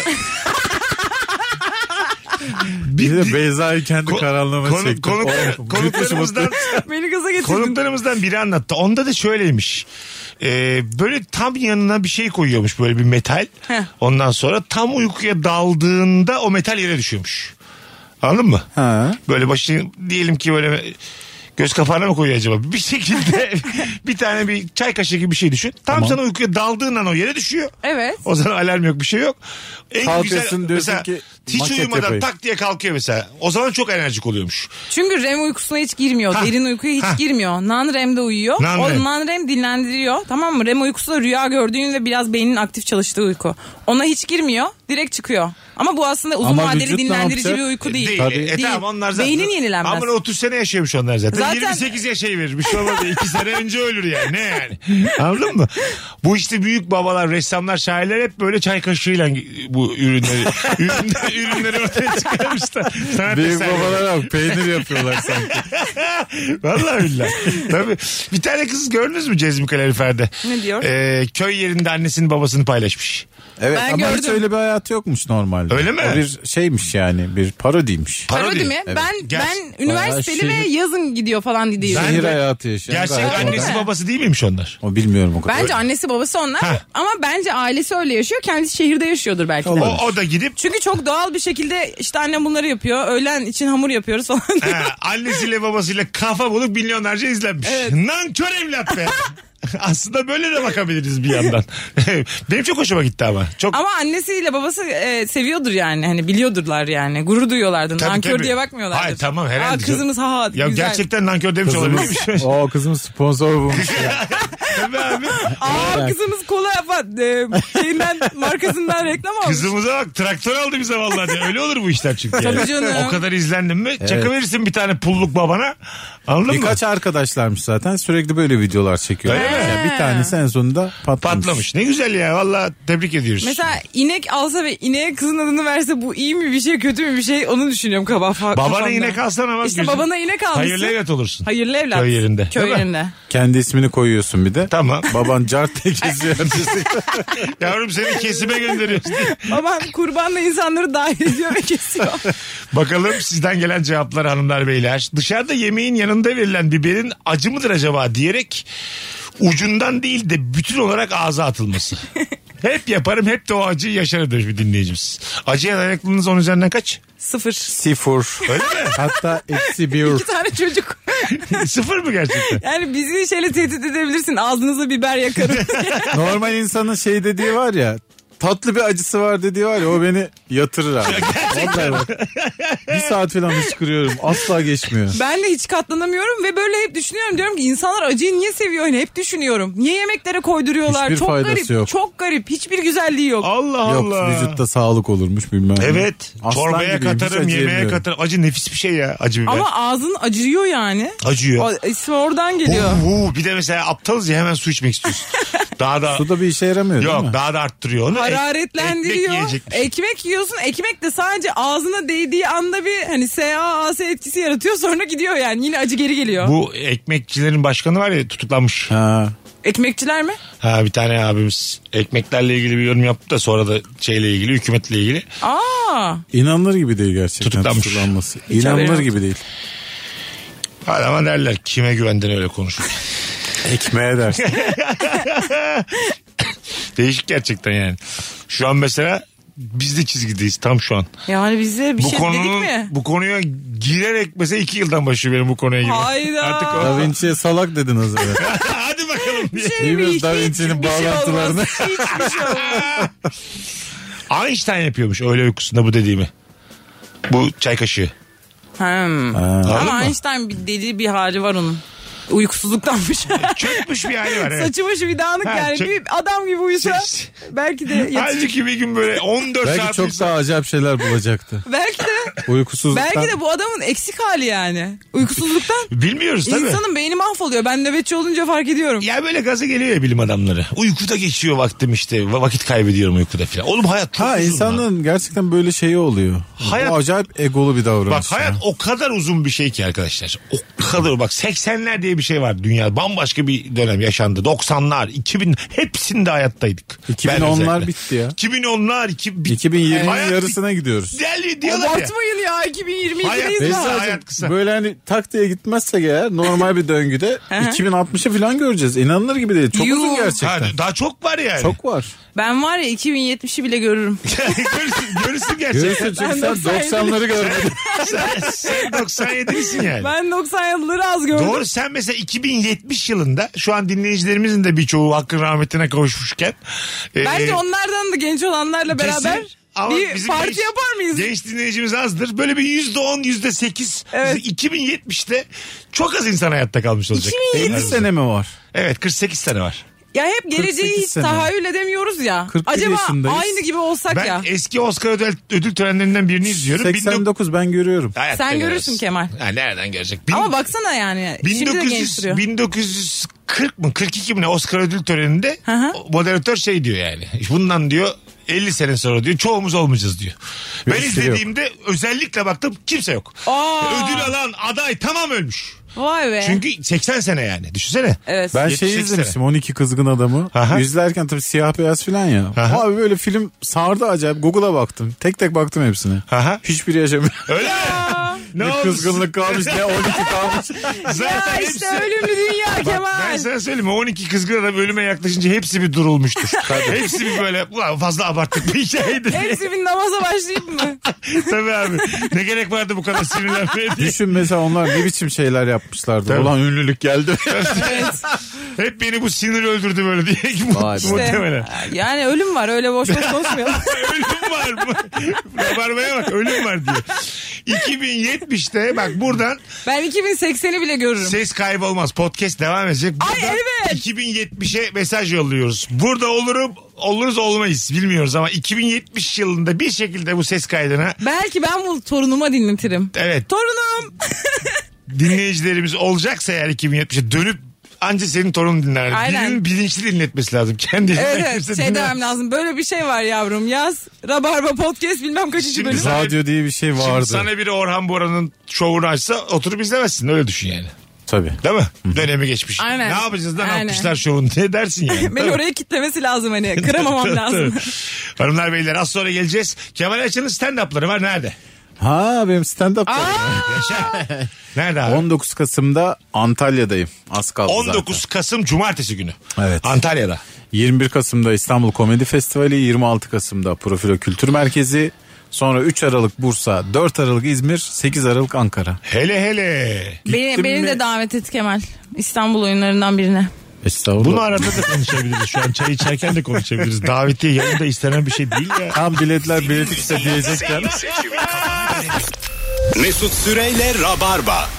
E: Bir de Beyza'yı kendi
C: Ko-
E: karanlığına
C: konu-
E: çekti.
C: konuk-
E: Oh,
C: konuklarımızdan
D: Beni gaza getirdin.
C: konuklarımızdan biri anlattı. Onda da şöyleymiş. Ee, böyle tam yanına bir şey koyuyormuş, böyle bir metal.
D: Heh.
C: Ondan sonra tam uykuya daldığında o metal yere düşüyormuş. Anladın mı?
E: Ha.
C: Böyle başı diyelim ki böyle göz kapağına mı koyuyor acaba? Bir şekilde bir tane bir çay kaşığı gibi bir şey düşün. Tam
E: Tamam.
C: sana uykuya daldığın an o yere düşüyor.
D: Evet.
C: O zaman alarm yok, bir şey yok. En
E: Kalkıyorsun, diyorsun
C: mesela,
E: ki,
C: hiç
E: maket
C: uyumadan
E: yapayım.
C: tak diye kalkıyor mesela. O zaman çok enerjik oluyormuş.
D: Çünkü R E M uykusuna hiç girmiyor.
C: Ha.
D: Derin uykuya hiç
C: Ha.
D: girmiyor. Non-R E M'de uyuyor.
C: Non-R E M.
D: O non-R E M dinlendiriyor. Tamam mı? R E M uykusu da rüya gördüğün ve biraz beynin aktif çalıştığı uyku. Ona hiç girmiyor. Direkt çıkıyor. Ama bu aslında uzun
E: Ama
D: vadeli
E: vücut ne
D: dinlendirici
E: yapacak?
D: bir uyku değil.
C: Değil.
E: Tabii.
C: E,
D: Değil.
C: tamam onlar zaten.
D: Beynin yenilenmez.
C: Ama otuz sene yaşıyormuş onlar zaten.
D: Zaten-
C: yirmi sekiz yaşayıverir. Bir şey olmaz. iki sene önce ölür yani. Ne yani? Anladın mı? Bu işte büyük babalar, ressamlar, şairler hep böyle çay kaşığıyla bu ürünleri ürünleri, ürünleri ortaya çıkarmışlar. Sanat
E: Büyük
C: eserleri.
E: babalar yok, peynir yapıyorlar sanki.
C: Vallahi billahi. Tabii. Bir tane kız gördünüz mü Cezmi Kalorifer'de?
D: Ne diyor?
C: Ee, köy yerinde annesinin babasını paylaşmış.
E: Evet
D: Ben
E: ama hiç
D: gördüm.
E: öyle bir hayatı yokmuş normalde.
C: Öyle mi?
E: O bir şeymiş yani, bir parodiymiş.
C: Parodi.
D: Parodi mi?
C: Evet.
D: Ben
C: Ger-
D: ben üniversiteli
E: Bayağı
D: ve
E: şehir-
D: yazın gidiyor falan diye.
C: Ben
E: Şehir
C: de-
E: hayatı yaşayan.
C: Gerçek
E: gayet
C: annesi
E: normal.
C: babası değil miymiş onlar?
E: O bilmiyorum o kadar.
D: Bence annesi babası onlar.
C: Ha.
D: Ama bence ailesi öyle yaşıyor. Kendisi şehirde yaşıyordur belki de.
E: Olur.
C: O, o da gidip
D: Çünkü çok doğal bir şekilde işte annem bunları yapıyor. Öğlen için hamur yapıyoruz falan diyor.
C: ha, annesiyle babasıyla kafa bulup milyonlarca izlenmiş.
D: Evet.
C: Nankör evlat be. Aslında böyle de bakabiliriz bir yandan. Benim çok hoşuma gitti ama. Çok
D: Ama annesiyle babası e, seviyordur yani. Hani biliyordurlar yani. Gurur duyuyorlardı.
C: Tabii,
D: Nankör
C: tabii.
D: diye bakmıyorlardır.
C: Hayır, tamam, herhalde
D: Aa, kızımız ha ha
C: ya
D: güzel.
C: gerçekten nankör demiş olabilirmiş.
E: Kızımız, o kızımız sponsor bulmuş.
C: Tabii abi.
D: Aa kızımız kola yapan e, şeyinden markasından reklam almış.
C: Kızımıza bak, traktör aldı bize vallahi diye. Öyle olur bu işler çünkü.
D: Tabii
C: yani.
D: canım.
C: O kadar izlendin mi çakıverirsin bir tane pulluk babana. Anladın
E: Birkaç
C: mı?
E: arkadaşlarmış zaten, sürekli böyle videolar çekiyorlar.
C: Öyle mi?
E: Yani bir tanesi en sonunda patlamış.
C: Patlamış. Ne güzel ya, vallahi tebrik ediyoruz.
D: Mesela inek alsa ve ineğe kızın adını verse bu iyi mi bir şey kötü mü bir şey onu düşünüyorum kaba, fa-
C: Babana
D: kafamda.
C: inek alsana bak.
D: İşte
C: gözüm.
D: babana inek almışsın.
C: Hayırlı evlat olursun.
D: Hayırlı evlat.
C: Köy yerinde.
D: Köy
C: Değil mi?
D: yerinde.
E: Kendi ismini koyuyorsun bir de.
C: Tamam.
E: Baban cart diye kesiyor.
C: Yavrum seni kesime gönderiyoruz.
D: Baban kurbanla insanları dahil ediyor ve kesiyor.
C: Bakalım sizden gelen cevaplar hanımlar beyler. Dışarıda yemeğin yanında verilen biberin acı mıdır acaba diyerek ucundan değil de bütün olarak ağza atılması. Hep yaparım, hep de o acıyı yaşarım demiş bir dinleyicimiz. Acıya dayanıklılığınız on üzerinden kaç?
D: Sıfır.
E: Sifur.
C: Öyle mi?
E: Hatta eksi bir.
D: İki tane çocuk.
C: Sıfır mı gerçekten?
D: Yani bizi şeyle tehdit edebilirsin. Ağzınıza biber yakarım.
E: Normal insanın şey dediği var ya, tatlı bir acısı var dediği var ya, o beni yatırır abi. Vallahi bak. Bir saat falan hıçkırıyorum. Asla geçmiyor.
D: Ben de hiç katlanamıyorum ve böyle hep düşünüyorum. Diyorum ki insanlar acıyı niye seviyor? Hani hep düşünüyorum. Niye yemeklere koyduruyorlar?
E: Hiçbir
D: çok
E: faydası
D: garip.
E: yok.
D: Çok garip. Hiçbir güzelliği yok.
C: Allah
E: Yok,
C: Allah.
E: vücutta sağlık olurmuş bilmem. ne.
C: Evet.
E: Aslan
C: Çorbaya
E: gibiymiş,
C: katarım,
E: acı
C: yemeğe
E: yemiyorum.
C: katarım. Acı nefis bir şey ya, acı biber.
D: Ama ağzın acıyor yani.
C: Acıyor.
D: O ismi oradan geliyor.
C: Uu, uu. Bir de mesela aptalız ya, hemen su içmek istiyorsun. Daha da
E: Su da bir işe yaramıyor değil
C: yok,
E: mi?
C: daha da arttırıyor onu. Ek-
D: Hararetlendiriyor.
C: Ekmek yiyecekmiş.
D: Ekmek yiyorsun. Ekmek de sadece ağzına değdiği anda bir hani S A A S etkisi yaratıyor. Sonra gidiyor yani. Yine acı geri geliyor.
C: Bu ekmekçilerin başkanı var ya, tutuklanmış.
E: Ha.
D: Ekmekçiler mi?
C: Ha, bir tane abimiz ekmeklerle ilgili bir yorum yaptı da sonra da şeyle ilgili, hükümetle ilgili.
D: Aa.
E: İnanılır gibi değil gerçekten
C: Tutuklanmış.
E: tutuklanması.
D: haberim
E: İnanılır
D: yok.
E: gibi değil.
C: Adama derler kime güvendin öyle konuşur.
E: Ekmeğe dersin.
C: Değişik gerçekten yani. Şu an mesela biz de çizgideyiz tam şu an.
D: Yani bize bir
C: bu
D: şey
C: konunun,
D: dedik mi?
C: bu konuya girerek mesela iki yıldan başlıyor benim bu konuya girmem.
D: Hayda.
C: Artık o...
E: Da Vinci'ye salak dedin az önce.
C: Hadi bakalım diye.
D: Şey
E: Bilmiyorum
D: hiç-
E: Da
D: hiç
E: Vinci'nin
D: bir şey
E: bağlantılarını.
D: olmaz. Hiçbir şey olmaz.
C: Einstein yapıyormuş öğle uykusunda bu dediğimi. Bu çay kaşığı.
D: Hmm.
C: Anladın
D: Ama
C: mı?
D: Einstein bir deli bir hali var onun. Uykusuzluktanmış.
C: Çökmüş bir hali var. Evet.
D: Saçı başı bir dağınık
C: Ha,
D: yani.
C: çök-
D: Bir adam gibi uyusa
C: Şey-
D: belki de yetişir.
C: Halbuki bir gün böyle on dört
E: Belki
C: saat
E: çok
C: uyusa-
E: daha acayip şeyler bulacaktı.
D: Belki de
E: Uykusuzluktan.
D: belki de bu adamın eksik hali yani. Uykusuzluktan.
C: Bilmiyoruz tabii.
D: İnsanın beyni mahvoluyor. Ben nöbetçi olunca fark ediyorum.
C: Ya böyle gaza geliyor ya bilim adamları. Uykuda geçiyor vaktim işte. Vakit kaybediyorum uykuda falan. Oğlum hayat çok
E: Ha
C: uzun lan.
E: insanların gerçekten böyle şeyi oluyor.
C: Hayat-
E: Bu acayip egolu bir davranış.
C: Bak hayat
E: ya.
C: o kadar uzun bir şey ki arkadaşlar. O kadar bak seksenler diye bir şey var dünya. Bambaşka bir dönem yaşandı. doksanlar, iki bin hepsinde hayattaydık.
E: iki bin
C: Ben
E: onlar
C: özellikle.
E: bitti ya.
C: iki bin onlar, iki, bit-
E: iki bin yirminin
C: Hayat-
E: yarısına gidiyoruz.
C: Değerli diyorlar ya.
D: Abartmayın ya iki bin yirmi
C: Hayat-
D: ikideyiz
C: Neyse,
D: daha.
C: hayat kısa.
E: Böyle hani tak diye gitmezsek eğer normal bir döngüde
D: Hı.
E: iki bin altmışı falan göreceğiz. İnanılır gibi değil. Çok
D: Yuh.
E: uzun
C: Ha,
E: gerçekten.
C: daha çok var yani.
E: Çok var.
D: Ben var ya iki bin yetmişi bile görürüm.
C: görürsün, görürsün gerçekten.
E: Görürsün çünkü
D: Ben
E: sen
D: doksan yedi
E: doksanları görmedin.
C: sen, sen doksan yedisin yani.
D: Ben doksan yılları az gördüm.
C: Doğru, sen mesela iki bin yetmiş yılında şu an dinleyicilerimizin de birçoğu hakkın rahmetine kavuşmuşken.
D: Bence
C: e,
D: onlardan da genç olanlarla beraber
C: kesin. Ama
D: bir
C: bizim
D: parti
C: genç-
D: yapar mıyız?
C: Genç dinleyicimiz azdır. Böyle bir yüzde on, yüzde sekiz.
D: Evet.
C: iki bin yetmişte çok az insan hayatta kalmış olacak.
E: elli sene mi var?
C: Evet, kırk sekiz sene var.
D: Ya hep geleceği
E: kırk sekiz
D: hiç
E: sene.
D: tahayyül edemiyoruz ya.
E: kırk bir
D: Acaba
E: yaşındayız.
D: aynı gibi olsak
C: Ben
D: ya.
C: eski Oscar ödül, ödül törenlerinden birini izliyorum.
E: seksen dokuz ben görüyorum.
C: Hayatta
D: Sen
C: göremez.
D: görürsün Kemal.
C: Ha, nereden görecek? Bin-
D: Ama baksana yani. Şimdi de genç
C: 1900,
D: duruyor.
C: bin dokuz yüz kırk mı kırk iki mi ne Oscar ödül töreninde
D: Hı hı.
C: moderatör şey diyor yani. Bundan diyor elli sene sonra diyor çoğumuz olmayacağız diyor. Ben
E: Yok,
C: izlediğimde özellikle baktım kimse yok.
D: Aa.
C: Ödül alan aday tamam ölmüş.
D: Vay be.
C: Çünkü seksen sene yani düşünsene.
D: Evet.
E: Ben
C: yetmiş
E: şey
C: sekiz
E: izlemiştim on iki Kızgın Adamı.
C: Aha.
E: İzlerken tabii siyah beyaz falan ya.
C: Aha.
E: Abi böyle film sardı acayip. Google'a baktım. Tek tek baktım hepsine.
C: Aha.
E: Hiçbiri yaşamıyor.
C: Öyle mi?
E: Ne
C: olmuş?
E: kızgınlık kalmış ne on iki kalmış.
D: Ya
C: Zaten
D: işte
C: hepsi-
D: ölümlü dünya
C: Bak,
D: Kemal.
C: ben sana söyleyeyim mi? on iki kızgın adam ölüme yaklaşınca hepsi bir durulmuştur. hepsi bir böyle ulan fazla abarttık bir hikayeydi.
D: Hepsi bir namaza başlayıp mı?
C: Tabii abi. Ne gerek vardı bu kadar sinirlenmeye diye.
E: Düşün mesela onlar ne biçim şeyler yapmışlardı.
C: Tabii.
E: Ulan ünlülük geldi.
D: Evet.
C: Hep beni bu sinir öldürdü böyle diye.
E: Vay be.
D: İşte,
C: Muhtemelen.
D: yani ölüm var öyle boş boş konuşmayalım.
C: Ölüm var mı? Rabarbaya bak ölüm var diyor. iki bin yetmişte bak buradan
D: Ben iki bin sekseni bile görürüm.
C: ses kaybolmaz. Podcast devam edecek.
D: Ay,
C: Buradan
D: evet.
C: iki bin yetmişe mesaj yolluyoruz. Burada olurum oluruz olmayız bilmiyoruz ama iki bin yetmiş yılında bir şekilde bu ses kaydına
D: Belki ben bu torunuma dinletirim.
C: evet
D: Torunum.
C: dinleyicilerimiz olacaksa eğer iki bin yetmişe dönüp anca senin torunun dinler.
D: Aynen.
C: Birinin bilinçli dinletmesi lazım. Kendi
D: Evet
C: elinden
D: evet
C: kimse
D: şey
C: dinlemez.
D: demem lazım. Böyle bir şey var yavrum yaz. Rabarba podcast bilmem kaçıncı
C: Şimdi
D: bölüm.
C: sen-
E: Radyo diye bir şey
C: Şimdi
E: vardı.
C: sana biri Orhan Bora'nın şovunu açsa oturup izlemezsin öyle düşün yani.
E: Tabii.
C: Değil mi? Dönemi geçmiş.
D: Aynen.
C: Ne yapacağız lan
D: Aynen.
C: alkışlar şovunu ne dersin yani?
D: Beni oraya kitlemesi lazım hani. Kıramamam lazım.
C: Hanımlar beyler az sonra geleceğiz. Kemal Ayça'nın stand-up'ları var nerede?
E: Ha benim stand-up var.
C: Yaşa. Nerede abi?
E: on dokuz Kasım'da Antalya'dayım. Az kaldı
C: on dokuz
E: zaten.
C: Kasım Cumartesi günü.
E: Evet.
C: Antalya'da.
E: yirmi bir Kasım'da İstanbul Komedi Festivali, yirmi altı Kasım'da Profilo Kültür Merkezi, sonra üç Aralık Bursa, dört Aralık İzmir, sekiz Aralık Ankara.
C: Hele hele.
D: Beni,
E: Gittim
D: beni
E: mi?
D: de davet et Kemal. İstanbul oyunlarından birine.
E: Estağfurullah.
C: Bunu arada da konuşabiliriz. Şu an çay içerken de konuşabiliriz. Davetiye yayında istenen bir şey değil ya.
E: Tam biletler biletik işte diyecekken.
B: Mesut Süreyle Rabarba.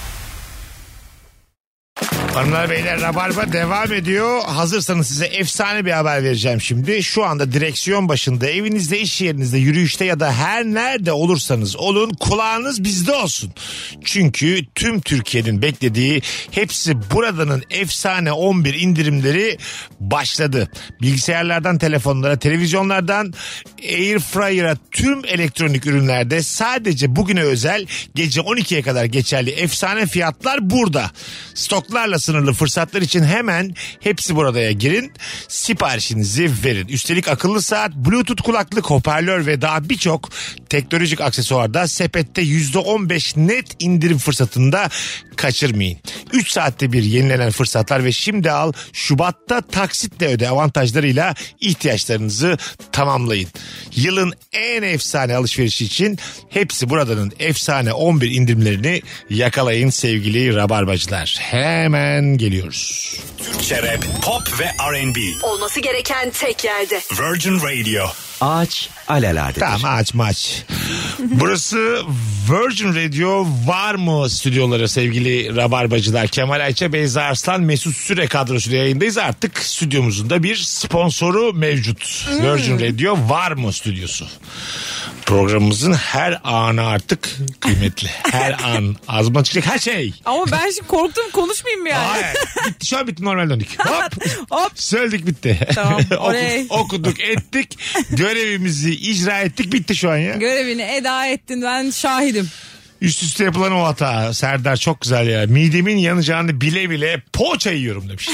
C: Hanımlar beyler Rabarba devam ediyor. Hazırsanız size efsane bir haber vereceğim şimdi. Şu anda direksiyon başında, evinizde, iş yerinizde, yürüyüşte ya da her nerede olursanız olun kulağınız bizde olsun. Çünkü tüm Türkiye'nin beklediği hepsi buradanın efsane on bir indirimleri başladı. Bilgisayarlardan telefonlara, televizyonlardan Airfryer'a tüm elektronik ürünlerde sadece bugüne özel gece on ikiye kadar geçerli efsane fiyatlar burada. Stoklarla sınırlı fırsatlar için hemen hepsi buradaya girin. Siparişinizi verin. Üstelik akıllı saat, Bluetooth kulaklık, hoparlör ve daha birçok teknolojik aksesuarda sepette yüzde on beş net indirim fırsatında kaçırmayın. üç saatte bir yenilenen fırsatlar ve şimdi al Şubat'ta taksitle öde avantajlarıyla ihtiyaçlarınızı tamamlayın. Yılın en efsane alışverişi için hepsi buradanın efsane on bir indirimlerini yakalayın sevgili rabarbacılar. Hemen hemen geliyoruz.
B: Türkçe rap, pop ve R and B.
G: Olması gereken tek yerde.
B: Virgin Radio.
H: Ağaç alaladedir.
C: Tamam aç maç. Burası Virgin Radio var mı stüdyoları sevgili Rabarbacılar? Kemal Ayça, Beyza Arslan, Mesut Süre kadrosuyla yayındayız. Artık stüdyomuzun da bir sponsoru mevcut. Hmm. Virgin Radio var mı stüdyosu? Programımızın her anı artık kıymetli. Her an. Ağzımdan çıkacak her şey.
D: Ama ben şimdi korktum, konuşmayayım mı yani?
C: Hayır. Bitti, şu an bitti, normal döndük. Hop.
D: Hop.
C: Söyledik, bitti.
D: Tamam.
C: okuduk, okuduk ettik. Görevimizi icra ettik, bitti şu an ya.
D: Görevini eda ettin, ben şahidim.
C: Üst üste yapılan o hata. Serdar çok güzel ya. Midemin yanacağını bile bile poğaça yiyorum demiş.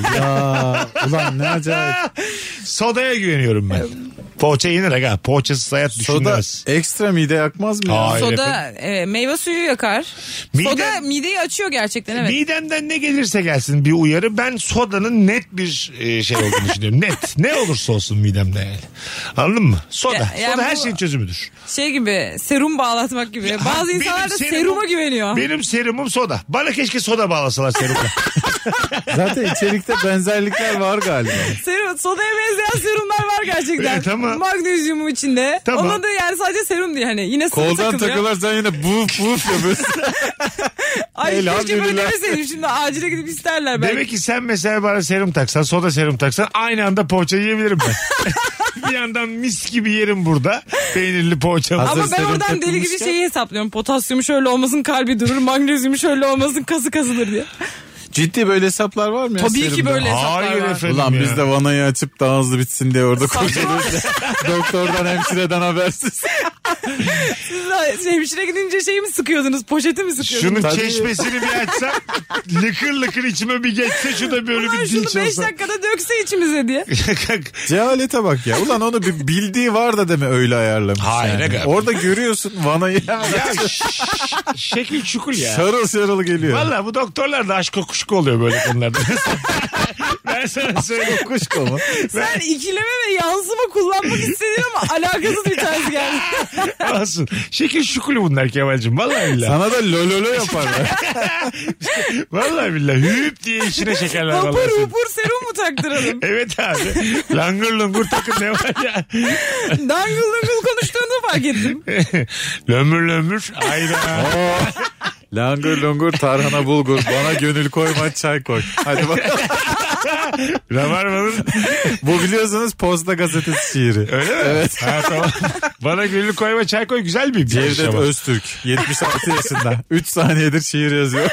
E: Ya ulan ne acayip.
C: Sodaya güveniyorum ben. Poğaça yenir aga. Poğaçasız hayat
E: Soda
C: düşünmez.
E: ekstra mide yakmaz mı ya?
C: Hayır.
D: Soda e, meyve suyu yakar.
C: Mide-
D: Soda mideyi açıyor gerçekten, evet.
C: Midemden ne gelirse gelsin bir uyarı. Ben sodanın net bir e, şey olduğunu düşünüyorum. Net. Ne olursa olsun midemde yani. Anladın mı? Soda.
D: Ya- yani
C: Soda her
D: bu-
C: şeyin çözümüdür.
D: Şey gibi, serum bağlatmak gibi.
C: Ha,
D: Bazı
C: benim
D: insanlar da
C: serumum-
D: seruma güveniyor.
C: Benim serumum soda. Bana keşke soda bağlasalar serumla.
E: Zaten içerikte benzerlikler var galiba.
D: Serum, sodaya benzeyen serumlar var gerçekten.
C: E, tamam.
D: Magnezyumu içinde.
C: Tamam.
D: Ona da yani sadece serum değil, hani yine sıvı
E: Koldan
D: takılıyor.
E: takılar, sen yine buf buf yapıyorsun.
D: Ay keşke böyle
E: Elhamdülillah.
D: demeseydim, şimdi acile gidip isterler belki.
C: Demek ki sen mesela bana serum taksan, soda serum taksan aynı anda poğaça yiyebilirim ben. Bir yandan mis gibi yerim burada. Peynirli poğaça.
E: Hazır
D: Ama ben
E: serum
D: oradan deli gibi
E: takılmışken-
D: şeyi hesaplıyorum. Potasyumu şöyle olmasın kalbi durur, magnezyumu şöyle olmasın kası kazılır diye.
E: Ciddi böyle hesaplar var mı ya?
D: Tabii ki
E: serumda?
D: böyle hesaplar
C: Hayır
D: var.
C: efendim
E: Ulan
C: ya.
E: biz de vanayı açıp daha hızlı bitsin diye orada
D: Saçma.
E: koşuyoruz. Doktordan, hemşireden habersiz.
D: Siz de hemşire gidince şeyi mi sıkıyordunuz? Poşeti mi sıkıyordunuz?
C: Şunun
E: Tabii.
C: çeşmesini bir açsam, lıkır lıkır içime bir geçse, şu da böyle
D: Ulan
C: bir
D: şunu
C: dinç
D: beş
C: olsa.
D: dakikada dökse içimize diye.
E: Cehalete bak ya. Ulan onu bir bildiği var da deme öyle ayarlamış.
C: Hayır,
E: yani.
C: aga.
E: Orada görüyorsun vanayı hemen
C: Ya ş- şekil çukul ya.
E: şarıl şarıl geliyor.
C: Valla bu doktorlar da aşk kuşku oluyor böyle konularda. Ben sana söyleyeyim.
E: Kuşku mu?
D: Sen ikileme ve yansıma kullanmak istedin ama alakasız bir tanesi geldi.
C: Olsun. Şekil şukulu bunlar Kemal'cim. Vallahi billahi.
E: Sana da lololo yaparlar.
C: Vallahi billahi. Hüp diye içine şekerler.
D: Vapur
C: vallahi senin.
D: vapur serum mu taktıralım?
C: Evet abi. Langır lungur takın ne var ya.
D: Dangıl dangıl konuştuğunu fark ettim.
C: Lömür lömür. Ayda.
E: Langur lungur tarhana bulgur. Bana gönül koyma çay koy. Hadi bakalım.
C: Rabarbanın.
E: Bu biliyorsunuz Posta Gazetesi şiiri.
C: Öyle mi? Evet. Ha, tamam. Bana gönül koyma çay koy güzel bir bir
E: Cevdet Öztürk yetmiş altı yaşında. üç saniyedir şiir yazıyor.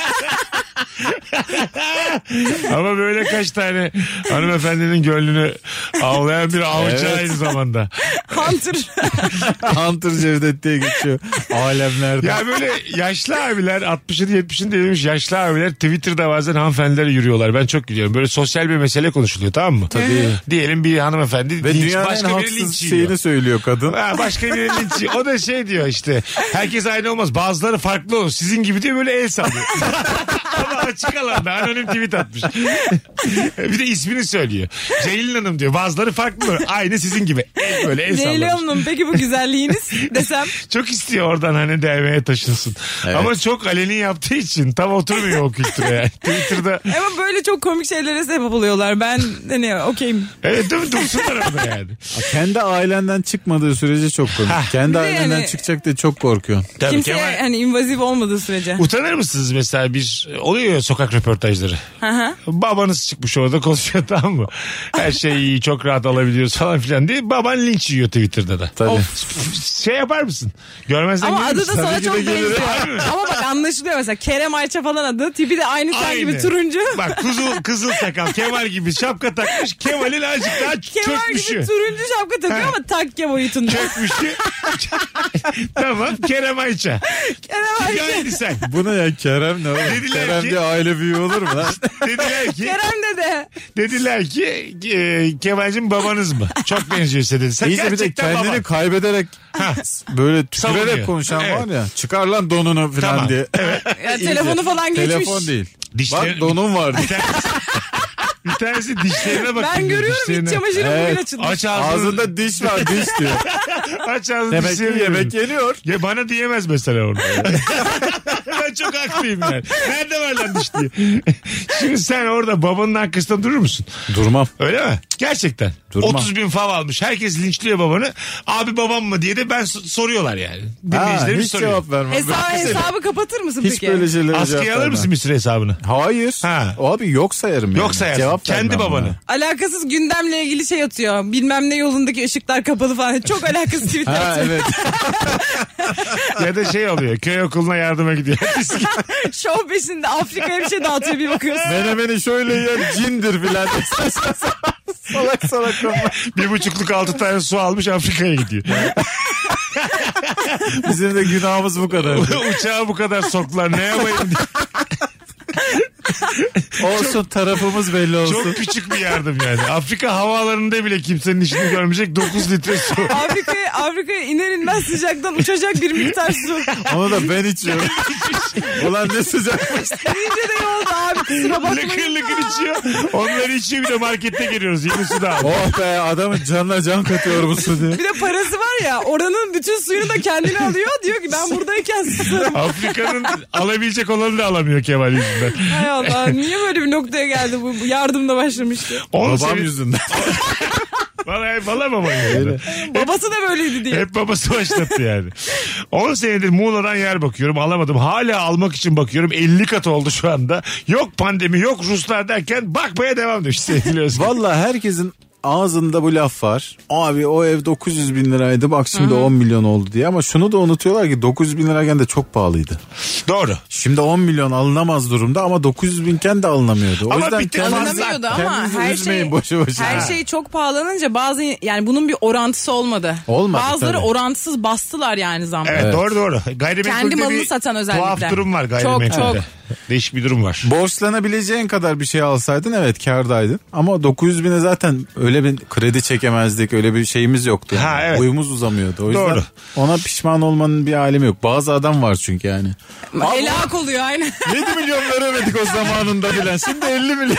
C: Ama böyle kaç tane hanımefendinin gönlünü avlayan bir avcı
E: Evet.
C: aynı zamanda.
D: Hunter.
E: Hunter Cevdet diye geçiyor. Alemlerde.
C: Ya böyle yaşlı abiler altmışın yetmişin demiş yaşlı abiler Twitter'da bazen hanımefendilere yürüyorlar. Ben çok gülüyorum. Böyle sosyal bir mesele konuşuluyor, tamam mı?
E: Tabii.
C: Diyelim bir hanımefendi
E: Ve
C: linç,
E: dünyanın en
C: başka biri
E: haksız
C: linç yiyor.
E: şeyini söylüyor kadın.
C: Ha, başka biri linç yiyor. O da şey diyor işte. Herkes aynı olmaz. Bazıları farklı olur. Sizin gibi diye böyle el sallıyor. Ama açık alanda anonim tweet atmış. Bir de ismini söylüyor. Ceylin Hanım diyor. Bazıları farklı olur. Aynı sizin gibi. El böyle el
D: Ceylan
C: sallamış.
D: Hanım, peki bu güzelliğiniz desem?
C: Çok istiyor oradan hani değmeye taşınsın.
E: Evet.
C: Ama çok aleni yaptığı için tam oturmuyor o kültüre yani. Twitter'da
D: Ama böyle çok komik şeylere sebep oluyorlar. Ben hani okeyim.
C: evet değil mi? Dursunlar orada yani.
E: Kendi ailenden çıkmadığı sürece çok komik. Kendi
D: Bir de
E: ailenden
D: yani-
E: çıkacak diye çok korkuyorsun.
C: Tabii
D: Kimseye
C: Kemal,
D: hani invazif olmadığı sürece.
C: utanır mısınız mesela bir oluyor ya sokak röportajları.
D: Hı hı.
C: Babanız çıkmış orada konuşuyor, tamam mı? Her şeyi iyi, çok rahat alabiliyoruz falan filan diye. Baban linç yiyor Twitter'da da.
E: Tabii.
C: Şey yapar mısın? Görmezden
D: Ama
C: gelir
D: adı da
C: misin?
D: sana
E: Tabii ki
D: çok
E: de gelir.
D: benziyor. Ama bak anlaşılıyor mesela. Kerem Ayça falan adı. Tipi de aynı sen
C: Aynı.
D: gibi turuncu.
C: Bak kızıl, kızıl sakal Kemal gibi şapka takmış. Kemal'in azıcık daha
D: Kemal
C: çökmüşü.
D: gibi turuncu şapka takıyor ama takke boyutunda.
C: Çökmüşü. Tamam Kerem Ayça.
D: Kerem Ayça.
C: Aynı sen.
E: Bu ne ya Kerem ne oğlum?
C: Dediler
E: Kerem
C: ki-
E: diye aile büyüğü olur mu lan?
C: Dediler ki
D: Kerem dede.
C: dediler ki e, Kemal'cim babanız mı? Çok benziyor size dedi. Sen
E: İyice bir de
C: gerçekten
E: kendini
C: baban.
E: kaybederek böyle
C: Savunuyor.
E: tükürerek konuşan
C: Evet.
E: var ya. Çıkar lan donunu falan
C: Tamam.
E: diye.
C: Evet.
D: Ya telefonu falan geçmiş.
E: Telefon değil.
C: Dişleri-
E: Bak donum var.
C: Bir tanesi, bir tanesi dişlerine bak.
D: Ben görüyorum
C: dişlerine.
D: iç çamaşırım
E: Evet.
D: bugün açılmış.
C: Aç ağzını.
E: Ağzında diş var diş diyor.
C: Aç ağzını
E: Demek ki
C: dişlerini
E: yemek
C: görüyorum.
E: yeniyor.
C: Ya bana diyemez mesela orada. Ben Ben çok haklıyım yani. Nerede var lan diş diye. Şimdi sen orada babanın arkasında durur musun?
E: Durmam.
C: Öyle mi? Gerçekten.
E: Durmam.
C: otuz bin fav almış. Herkes linçliyor babanı. Abi babam mı diye de ben s- soruyorlar yani.
E: Ha,
C: Dinleyicilerimiz
E: hiç
C: soruyor.
E: cevap vermem.
D: Hesabı, hesabı kapatır mısın
E: Hiç
D: peki?
E: böyle şeylere cevap
C: Askıya alır
E: vermem.
C: mısın bir süre hesabını?
E: Hayır.
C: Ha.
E: Abi yok sayarım yani.
C: Yok sayarsın.
E: Cevap
C: Kendi
E: vermem
C: babanı.
E: buna.
D: Alakasız gündemle ilgili şey atıyor. Bilmem ne yolundaki ışıklar kapalı falan. Çok alakasız tweetler
E: Ha
D: atıyor.
E: evet.
C: Ya da şey oluyor. Köy okuluna yardıma gidiyor.
D: Şov peşinde Afrika'ya bir şey dağıtıyor bir bakıyorsun.
E: Menemeni şöyle yiyen cindir filan. salak salak konular.
C: Bir buçukluk altı tane su almış Afrika'ya gidiyor.
E: Bizim de günahımız bu kadar.
C: Uçağı bu kadar soktular. Ne yapayım diye.
E: Olsun tarafımız belli olsun.
C: Çok küçük bir yardım yani. Afrika havaalanında bile kimsenin işini görmeyecek dokuz litre su.
D: Afrika'ya Afrika'ya iner inmez sıcaktan uçacak bir miktar su.
E: Onu da ben içiyorum. Ulan ne sıcakmış.
D: İyice de yolda abi kusura bakmayın.
C: Lıkır lıkır içiyor. Onları içiyor bir de markette geliyoruz. Yeni su da al.
E: Oh be adamın canına can katıyor bu su diye.
D: Bir de parası var ya oranın bütün suyunu da kendine alıyor. Diyor ki ben buradayken susarım.
C: Afrika'nın alabilecek olanı da alamıyor Kemal yüzünden.
D: Hay Allah niye böyle bir noktaya geldi bu bu yardımda başlamıştı.
C: On
E: Babam
C: sene-
E: yüzünden.
C: Vallahi, vallahi babam yani.
D: Babası da böyleydi diye.
C: Hep babası başlattı yani. on senedir Muğla'dan yer bakıyorum alamadım. Hala almak için bakıyorum. elli kat oldu şu anda. Yok pandemi yok Ruslar derken bakmaya devam demiş sevgili Özgür.
E: Valla herkesin ağzında bu laf var. Abi o ev dokuz yüz bin liraydı bak şimdi on milyon oldu diye. Ama şunu da unutuyorlar ki dokuz yüz bin lirayken de çok pahalıydı.
C: Doğru.
E: Şimdi on milyon alınamaz durumda ama dokuz yüz binken de alınamıyordu. O
C: Ama
E: yüzden
C: bir tek
E: kendinizi-
D: Alınamıyordu ama
E: kendinizi
D: her
E: üzmeyin
D: şey
E: boşu boşuna.
D: her şey çok pahalanınca bazı yani bunun bir orantısı olmadı.
E: Olmadı,
D: Bazıları
E: tabii.
D: orantısız bastılar yani zamı.
C: Evet,
E: Evet.
C: doğru doğru. Gayrimenkulde
D: Kendi malını
C: bir
D: satan özellikle.
C: tuhaf durum var
D: Çok,
C: gayrimenkulde.
D: çok.
C: Değişik bir durum var.
E: Borçlanabileceğin kadar bir şey alsaydın evet kârdaydın. Ama dokuz yüz bine zaten öyle bir kredi çekemezdik. Öyle bir şeyimiz yoktu. Yani.
C: Ha, evet.
E: Boyumuz uzamıyordu. O yüzden
C: Doğru.
E: ona pişman olmanın bir alemi yok. Bazı adam var çünkü yani.
D: Helak oluyor aynen.
E: yedi milyonları ödedik o zamanında bilen. Şimdi elli milyon.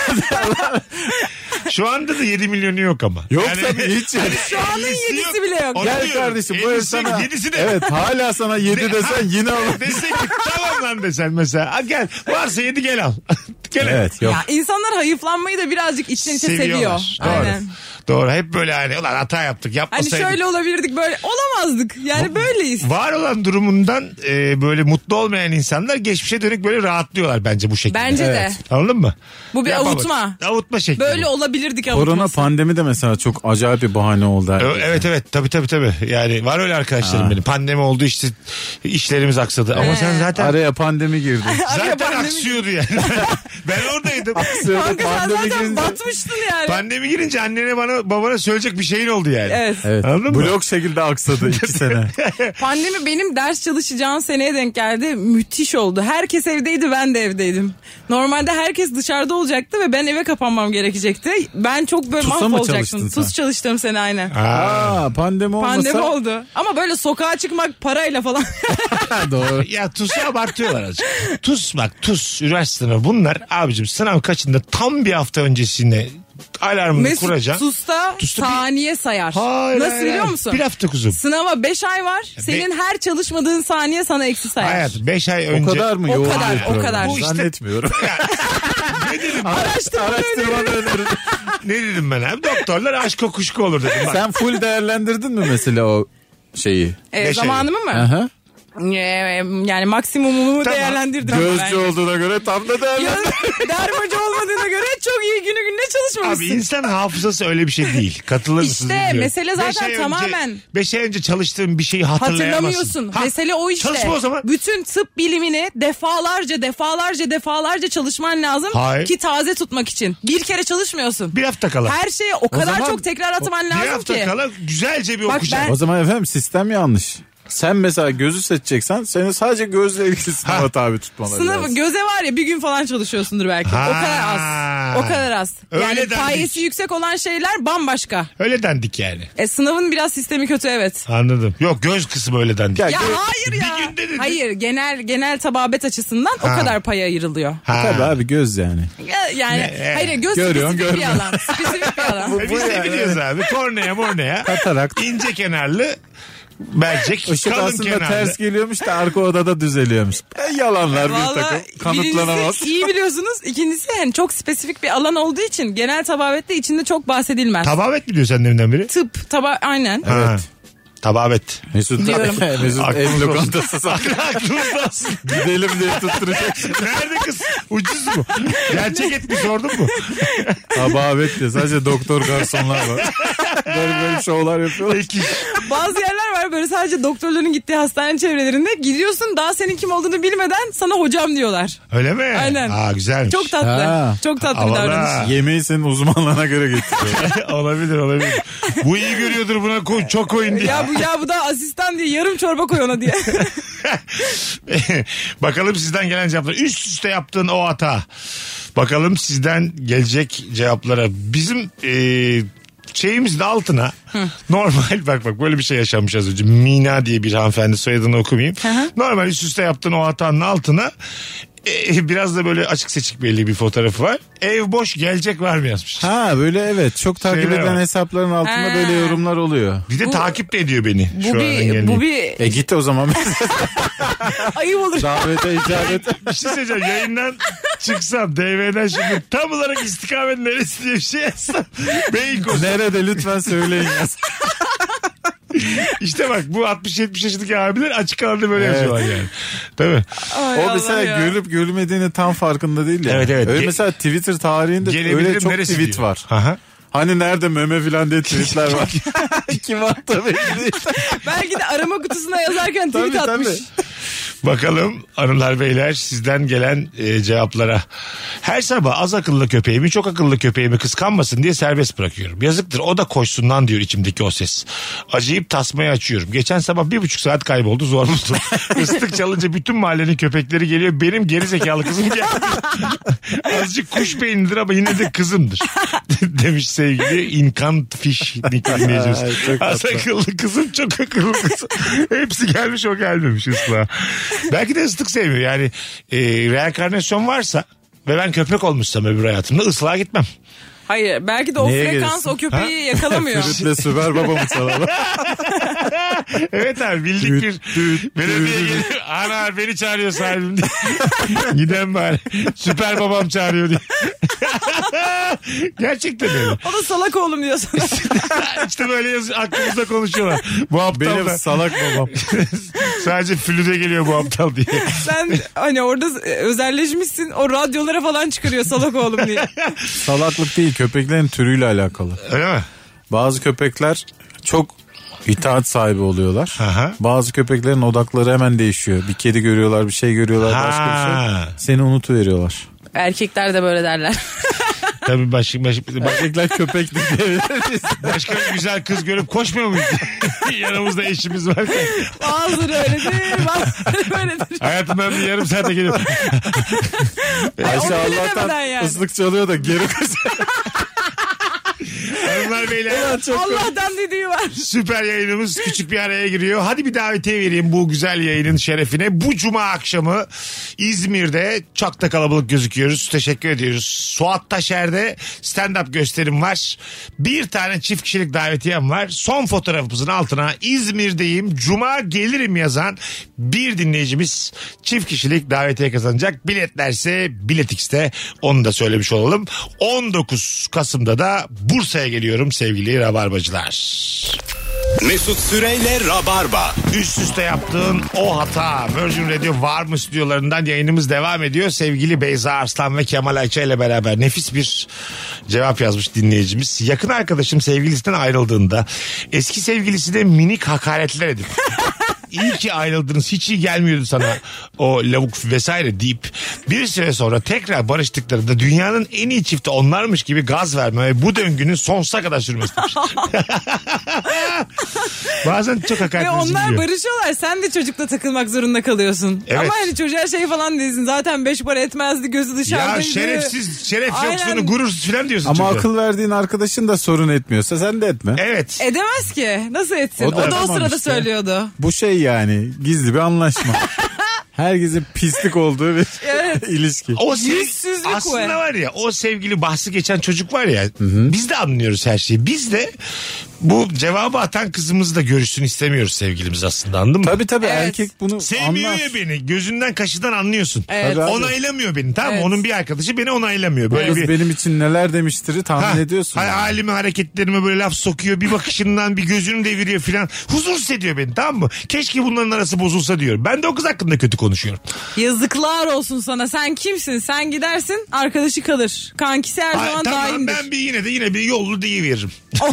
C: Şu anda da yedi milyonu yok ama.
E: Yok tabii hiç yok.
D: Şu anın
C: ellisi
D: yedisi bile yok.
C: Onu
E: Gel
C: diyorum.
E: kardeşim bu ev
C: Ellisi
E: sana.
C: yedisi de.
E: Evet hala sana yedi desen yine alır.
C: Dese ki tamam lan desen mesela. Ha, gel varsa yedi gel al. Gel al.
E: Evet yok.
D: Ya insanlar hayıflanmayı da birazcık içten içe seviyor.
C: Seviyorlar. Doğru.
D: Aynen.
C: Doğru. Hep böyle hani ulan hata yaptık
D: Hani
C: yapmasaydık.
D: şöyle olabilirdik böyle olamazdık. Yani böyleyiz.
C: Var olan durumundan e, böyle mutlu olmayan insanlar geçmişe dönük böyle rahatlıyorlar bence bu şekilde.
D: Bence
E: Evet.
D: de.
C: Anladın mı?
D: Bu bir
C: Yapma bak.
D: avutma.
C: Avutma şekli.
D: Böyle
C: bu.
D: olabilirdik
E: Korona
D: avutması.
E: pandemi de mesela çok acayip bir bahane oldu.
C: Ö-
E: herkese.
C: Evet evet tabii tabii tabii. Yani var öyle arkadaşlarım benim. Pandemi oldu işte işlerimiz aksadı. Ama sen zaten
E: Araya pandemi girdi.
D: Araya
C: zaten
D: pandemi-
C: aksıyordu yani. Ben oradaydım.
E: Sırada
D: Kanka sen
E: pandemi
D: zaten
E: girince.
D: batmıştın yani.
C: Pandemi girince annene bana babana söyleyecek bir şeyin oldu yani.
D: Evet.
E: Evet.
C: Anladın mı?
E: Blok şekilde aksadı iki sene.
D: Pandemi benim ders çalışacağım seneye denk geldi. Müthiş oldu. Herkes evdeydi, ben de evdeydim. Normalde herkes dışarıda olacaktı ve ben eve kapanmam gerekecekti. Ben çok böyle
E: TUS'a mı
D: mahvolacaktım.
E: çalıştın sen?
D: TUS çalıştığım sene aynen.
E: Aa, pandemi olmasa.
D: Pandemi oldu. Ama böyle sokağa çıkmak parayla falan.
E: Doğru.
C: Ya TUS'u abartıyorlar azıcık. TUS bak TUS üniversite sınavı bunlar abicim sınav kaçında tam bir hafta öncesine alarmını
D: Mesut
C: kuracaksın.
D: TUS'ta
C: TUS'ta bir-
D: saniye sayar.
C: Hayır,
D: Nasıl
C: hayır,
D: biliyor
C: hayır.
D: musun?
C: Bir hafta kuzum.
D: Sınava beş ay var. Senin her çalışmadığın saniye sana eksi sayar.
C: Hayat beş ay önce.
E: O kadar mı
D: O
E: yoğun
D: kadar,
E: bir
D: o
E: program?
D: kadar.
C: Bu işte-
E: Zannetmiyorum.
C: Ne dedim?
E: Araştırmanı öneririm.
C: Ne dedim ben abi? Doktorlar aşk kokuşku olur dedim. Bak.
E: Sen full değerlendirdin mi mesela o şeyi?
D: E,
C: Beş ay.
D: zamanımı mı?
E: Aha.
D: Ee, yani maksimumumu
C: Tamam.
D: değerlendirdim. ama
E: Gözcü
D: ben.
E: olduğuna göre tam da değerlendirdin.
D: Ya, dermocu olmadığına göre çok iyi günü gününe çalışmamışsın.
C: Abi insan hafızası öyle bir şey değil. Katılır mısınız?
D: İşte
C: bilmiyorum.
D: mesele zaten
C: Beş ay önce-
D: tamamen-
C: Beş ay önce çalıştığın bir şeyi hatırlayamazsın.
D: Hatırlamıyorsun.
C: Ha,
D: Mesele o işte.
C: Çalışma o zaman.
D: Bütün tıp bilimini defalarca defalarca defalarca çalışman lazım
C: Hayır.
D: ki taze tutmak için. Bir kere çalışmıyorsun.
C: Bir hafta kala.
D: Her şeye o kadar
E: zaman-
D: çok tekrar atman
C: Bir
D: lazım
C: hafta
D: ki.
C: kala güzelce bir
D: Bak
C: okuyacaksın.
D: ben-
E: O zaman efendim sistem yanlış. Sen mesela gözü seçeceksen seni sadece gözle ilgili sınava
C: Ha.
E: tabi tutmaları
D: Sınavı
E: lazım.
D: göze var ya bir gün falan çalışıyorsundur belki.
C: Ha.
D: O kadar az. O kadar az.
C: Öyle
D: Yani
C: dendik.
D: payesi yüksek olan şeyler bambaşka.
C: Öyle dendik yani.
D: E sınavın biraz sistemi kötü evet.
C: Anladım. Yok göz kısmı öyle dendik.
E: Ya,
D: Ya
E: gö-
D: hayır ya.
C: Bir günde dedin.
D: Hayır genel genel tababet açısından
C: Ha.
D: o kadar paya ayrılıyor.
C: Ha.
E: Tabii abi göz yani.
D: Ya- Yani
C: Ne?
D: hayır göz
E: Görüyorsun,
D: spesifik bir
E: görmüyorsun.
D: alan. Spesifik bir alan.
C: E biz de biliyoruz abi. Kornea mornea.
E: Katarakt.
C: İnce kenarlı Verecek.
E: Işık
C: Kalın
E: aslında
C: kenarda.
E: ters geliyormuş da arka odada düzeliyormuş. E, yalanlar bir
D: Vallahi
E: takım. Kanıtlanamaz.
D: birincisi iyi biliyorsunuz. İkincisi yani çok spesifik bir alan olduğu için genel tabavette içinde çok bahsedilmez.
C: Tabavet mi diyor sen deminden beri?
D: Tıp, taba aynen.
C: Ha. Tabavet.
E: Mesut,
D: Diyorum.
E: Mesut ev
C: Aklımızda
E: lokantası
C: olsun. Aklımızda olsun.
E: gidelim diye tutturacak.
C: Nerede kız? Ucuz mu? Gerçek et mi sordun mu?
E: Tabavet diye sadece doktor garsonlar var. Böyle böyle şovlar yapıyorlar.
C: Peki.
D: Bazı yerler var böyle sadece doktorların gittiği hastane çevrelerinde. Gidiyorsun daha senin kim olduğunu bilmeden sana hocam diyorlar.
C: Öyle mi?
D: Aynen.
C: Aa güzelmiş.
D: Çok tatlı.
E: Ha.
D: Çok tatlı bir
C: Havalı.
D: davranış.
E: Yemeği senin uzmanlığına göre getiriyor.
C: olabilir olabilir. Bu iyi görüyordur buna koy, çok koyun diye.
D: Ya bu ya bu da asistan diye yarım çorba koy ona diye.
C: Bakalım sizden gelen cevaplar. Üst üste yaptığın o hata. Bakalım sizden gelecek cevaplara. Bizim e, şeyimizin altına normal bak bak böyle bir şey yaşanmış az önce. Mina diye bir hanımefendi, soyadını okumayayım. Normal üst üste yaptığın o hatanın altına e, biraz da böyle açık seçik belli bir fotoğrafı var. Ev boş gelecek var mı yazmış.
E: Ha böyle evet çok takip
C: Şeyler
E: eden
C: var.
E: hesapların altında
D: Ha.
E: böyle yorumlar oluyor.
C: Bir de
D: Bu-
C: takip de ediyor beni.
D: Bu
C: şu an
D: bir
C: engelli.
D: bu bir
E: E git o zaman.
D: ayıp olur.
E: Davete icabet.
C: Bir şey söyleyeceğim. Yayından çıksam D V'den şimdi tam olarak istikamet neresi diye bir şey yazsam. Beykoz.
E: Nerede lütfen söyleyin yaz.
C: İşte bak bu altmış yetmiş yaşındaki abiler açık alanda böyle
E: Evet.
C: yazıyorlar yani. Tabii.
D: Ay
E: O
D: Allah
E: mesela
D: ya.
E: görüp görmediğini tam farkında değil ya.
C: Evet, evet.
E: Öyle
C: Ge-
E: mesela Twitter tarihinde
C: Gelebilirim
E: öyle çok
C: neresi
E: tweet
C: diyor.
E: var.
C: Aha.
E: Hani nerede meme filan diye tweetler var. Kim attı belli değil.
D: Belki de arama kutusuna yazarken tweet
E: Tabii,
D: atmış.
E: tabii.
C: Bakalım hanımlar beyler sizden gelen e, cevaplara. Her sabah az akıllı köpeğimi çok akıllı köpeğimi kıskanmasın diye serbest bırakıyorum. Yazıktır o da koşsun lan diyor içimdeki o ses. Acıyıp tasmayı açıyorum. Geçen sabah bir buçuk saat kayboldu zor buldum. Islık çalınca bütün mahallenin köpekleri geliyor. Benim geri zekalı kızım geldi. Azıcık kuş beynidir ama yine de kızımdır. Demiş sevgili Inkant Fish dinleyicimiz.
E: Ay, çok
C: Az
E: tatlı.
C: akıllı kızım çok akıllı kızım. Hepsi gelmiş o gelmemiş ıslığa. Belki de ıslık sevmiyor. Yani e, reenkarnasyon varsa ve ben köpek olmuşsam öbür hayatımda ıslığa gitmem.
D: Hayır belki de o
E: Neye
D: frekans
E: gelirsin?
D: o köpeği yakalamıyor.
E: Flütle Süper Baba mı çalalım?
C: Evet abi bildik
E: Düt,
C: bir
E: düt,
C: belediye
E: düt.
C: gelir. Ana beni çağırıyor sahibim diye. Giden bari. Süper babam çağırıyor diye. Gerçekten öyle.
D: O da salak oğlum diyor sana.
C: İşte böyle yaz, aklımızda konuşuyorlar. Bu aptal
E: Benim
C: da
E: salak babam.
C: sadece flüde geliyor bu aptal diye.
D: Sen hani orada özelleşmişsin o radyolara falan çıkarıyor salak oğlum diye.
E: Salaklık değil köpeklerin türüyle alakalı.
C: Öyle mi?
E: Bazı köpekler çok itaat sahibi oluyorlar.
C: Aha.
E: Bazı köpeklerin odakları hemen değişiyor. Bir kedi görüyorlar, bir şey görüyorlar, başka bir
C: Ha.
E: şey. Seni unutuveriyorlar.
D: Erkekler de böyle derler.
C: Tabii başka, başka, başka,
E: Erkekler köpek diyebiliriz.
C: başka bir güzel kız görüp koşmuyor muyuz? Yanımızda eşimiz varken.
D: Bazıları öyledir, bazıları böyledir.
C: Hayatımdan bir yarım saate gelip
E: Ayşe
D: onu bilemeden
E: Allah'tan
D: yani.
E: ıslık çalıyor da geri koşuyor.
C: hanımlar beyler
D: Allah'tan dediği var.
C: süper yayınımız küçük bir araya giriyor. Hadi bir davetiye vereyim bu güzel yayının şerefine. Bu cuma akşamı İzmir'de çok da kalabalık gözüküyoruz. Teşekkür ediyoruz. Suat Taşer'de stand-up gösterim var. Bir tane çift kişilik davetiyem var. Son fotoğrafımızın altına İzmir'deyim, cuma gelirim yazan bir dinleyicimiz çift kişilik davetiye kazanacak. Biletlerse Bilet X'te, onu da söylemiş olalım. on dokuz Kasım'da da Bursa'ya geliyorum sevgili Rabarbacılar.
B: Mesut Süreyle Rabarba.
C: Üst üste yaptığın o hata. Virgin Radio var mı stüdyolarından yayınımız devam ediyor. Sevgili Beyza Arslan ve Kemal Ayça ile beraber nefis bir cevap yazmış dinleyicimiz. Yakın arkadaşım sevgilisinden ayrıldığında eski sevgilisine minik hakaretler edip iyi ki ayrıldınız, hiç iyi gelmiyordu sana o lavuk vesaire deyip bir süre sonra tekrar barıştıklarında dünyanın en iyi çifti onlarmış gibi gaz verme ve bu döngünün sonsuza kadar sürmesi. Bazen çok hakaret
D: Ve onlar
C: ediliyor.
D: barışıyorlar. Sen de çocukla takılmak zorunda kalıyorsun.
C: Evet.
D: Ama hani çocuğa şey falan değilsin. Zaten beş para etmezdi, gözü dışarıdaydı.
C: Ya şerefsiz, şeref
D: Aynen.
C: yoksunu, gurursuz filan diyorsun.
E: Ama
C: çocuğa.
E: akıl verdiğin arkadaşın da sorun etmiyorsa sen de etme.
C: Evet.
D: Edemez ki. Nasıl etsin?
E: O
D: O
E: da
D: da o,
E: yapamam
D: sırada
E: işte.
D: söylüyordu.
E: Bu şey yani gizli bir anlaşma. Herkesin pislik olduğu bir
D: Evet.
E: ilişki.
C: O sev-
D: Yüzsüzlük
C: aslında
D: o.
C: var ya, o sevgili bahsi geçen çocuk var ya, biz de anlıyoruz her şeyi. Biz de Bu cevabı atan kızımızı da görüşsün istemiyoruz sevgilimiz aslında, anladın mı?
E: Tabii tabii
D: Evet.
E: erkek bunu
C: Sevmiyor
E: anlar.
C: ya beni. Gözünden kaşıdan anlıyorsun.
D: Evet.
E: Tabii abi.
C: Onaylamıyor beni, tamam mı?
D: Evet.
C: Onun bir arkadaşı beni onaylamıyor. Böyle
E: Kız
C: bir...
E: benim için neler demiştir tahmin
C: Ha,
E: ediyorsun.
C: ha,
E: yani.
C: halimi hareketlerime böyle laf sokuyor. Bir bakışından bir gözünü deviriyor filan. Huzursuz ediyor beni, tamam mı? Keşke bunların arası bozulsa diyor. Ben de o kız hakkında kötü konuşuyorum.
D: Yazıklar olsun sana. Sen kimsin? Sen gidersin, arkadaşı kalır. Kankisi her
C: Ay,
D: zaman
C: tamam,
D: daimdir.
C: ben bir yine de yine bir yollu deyiveririm.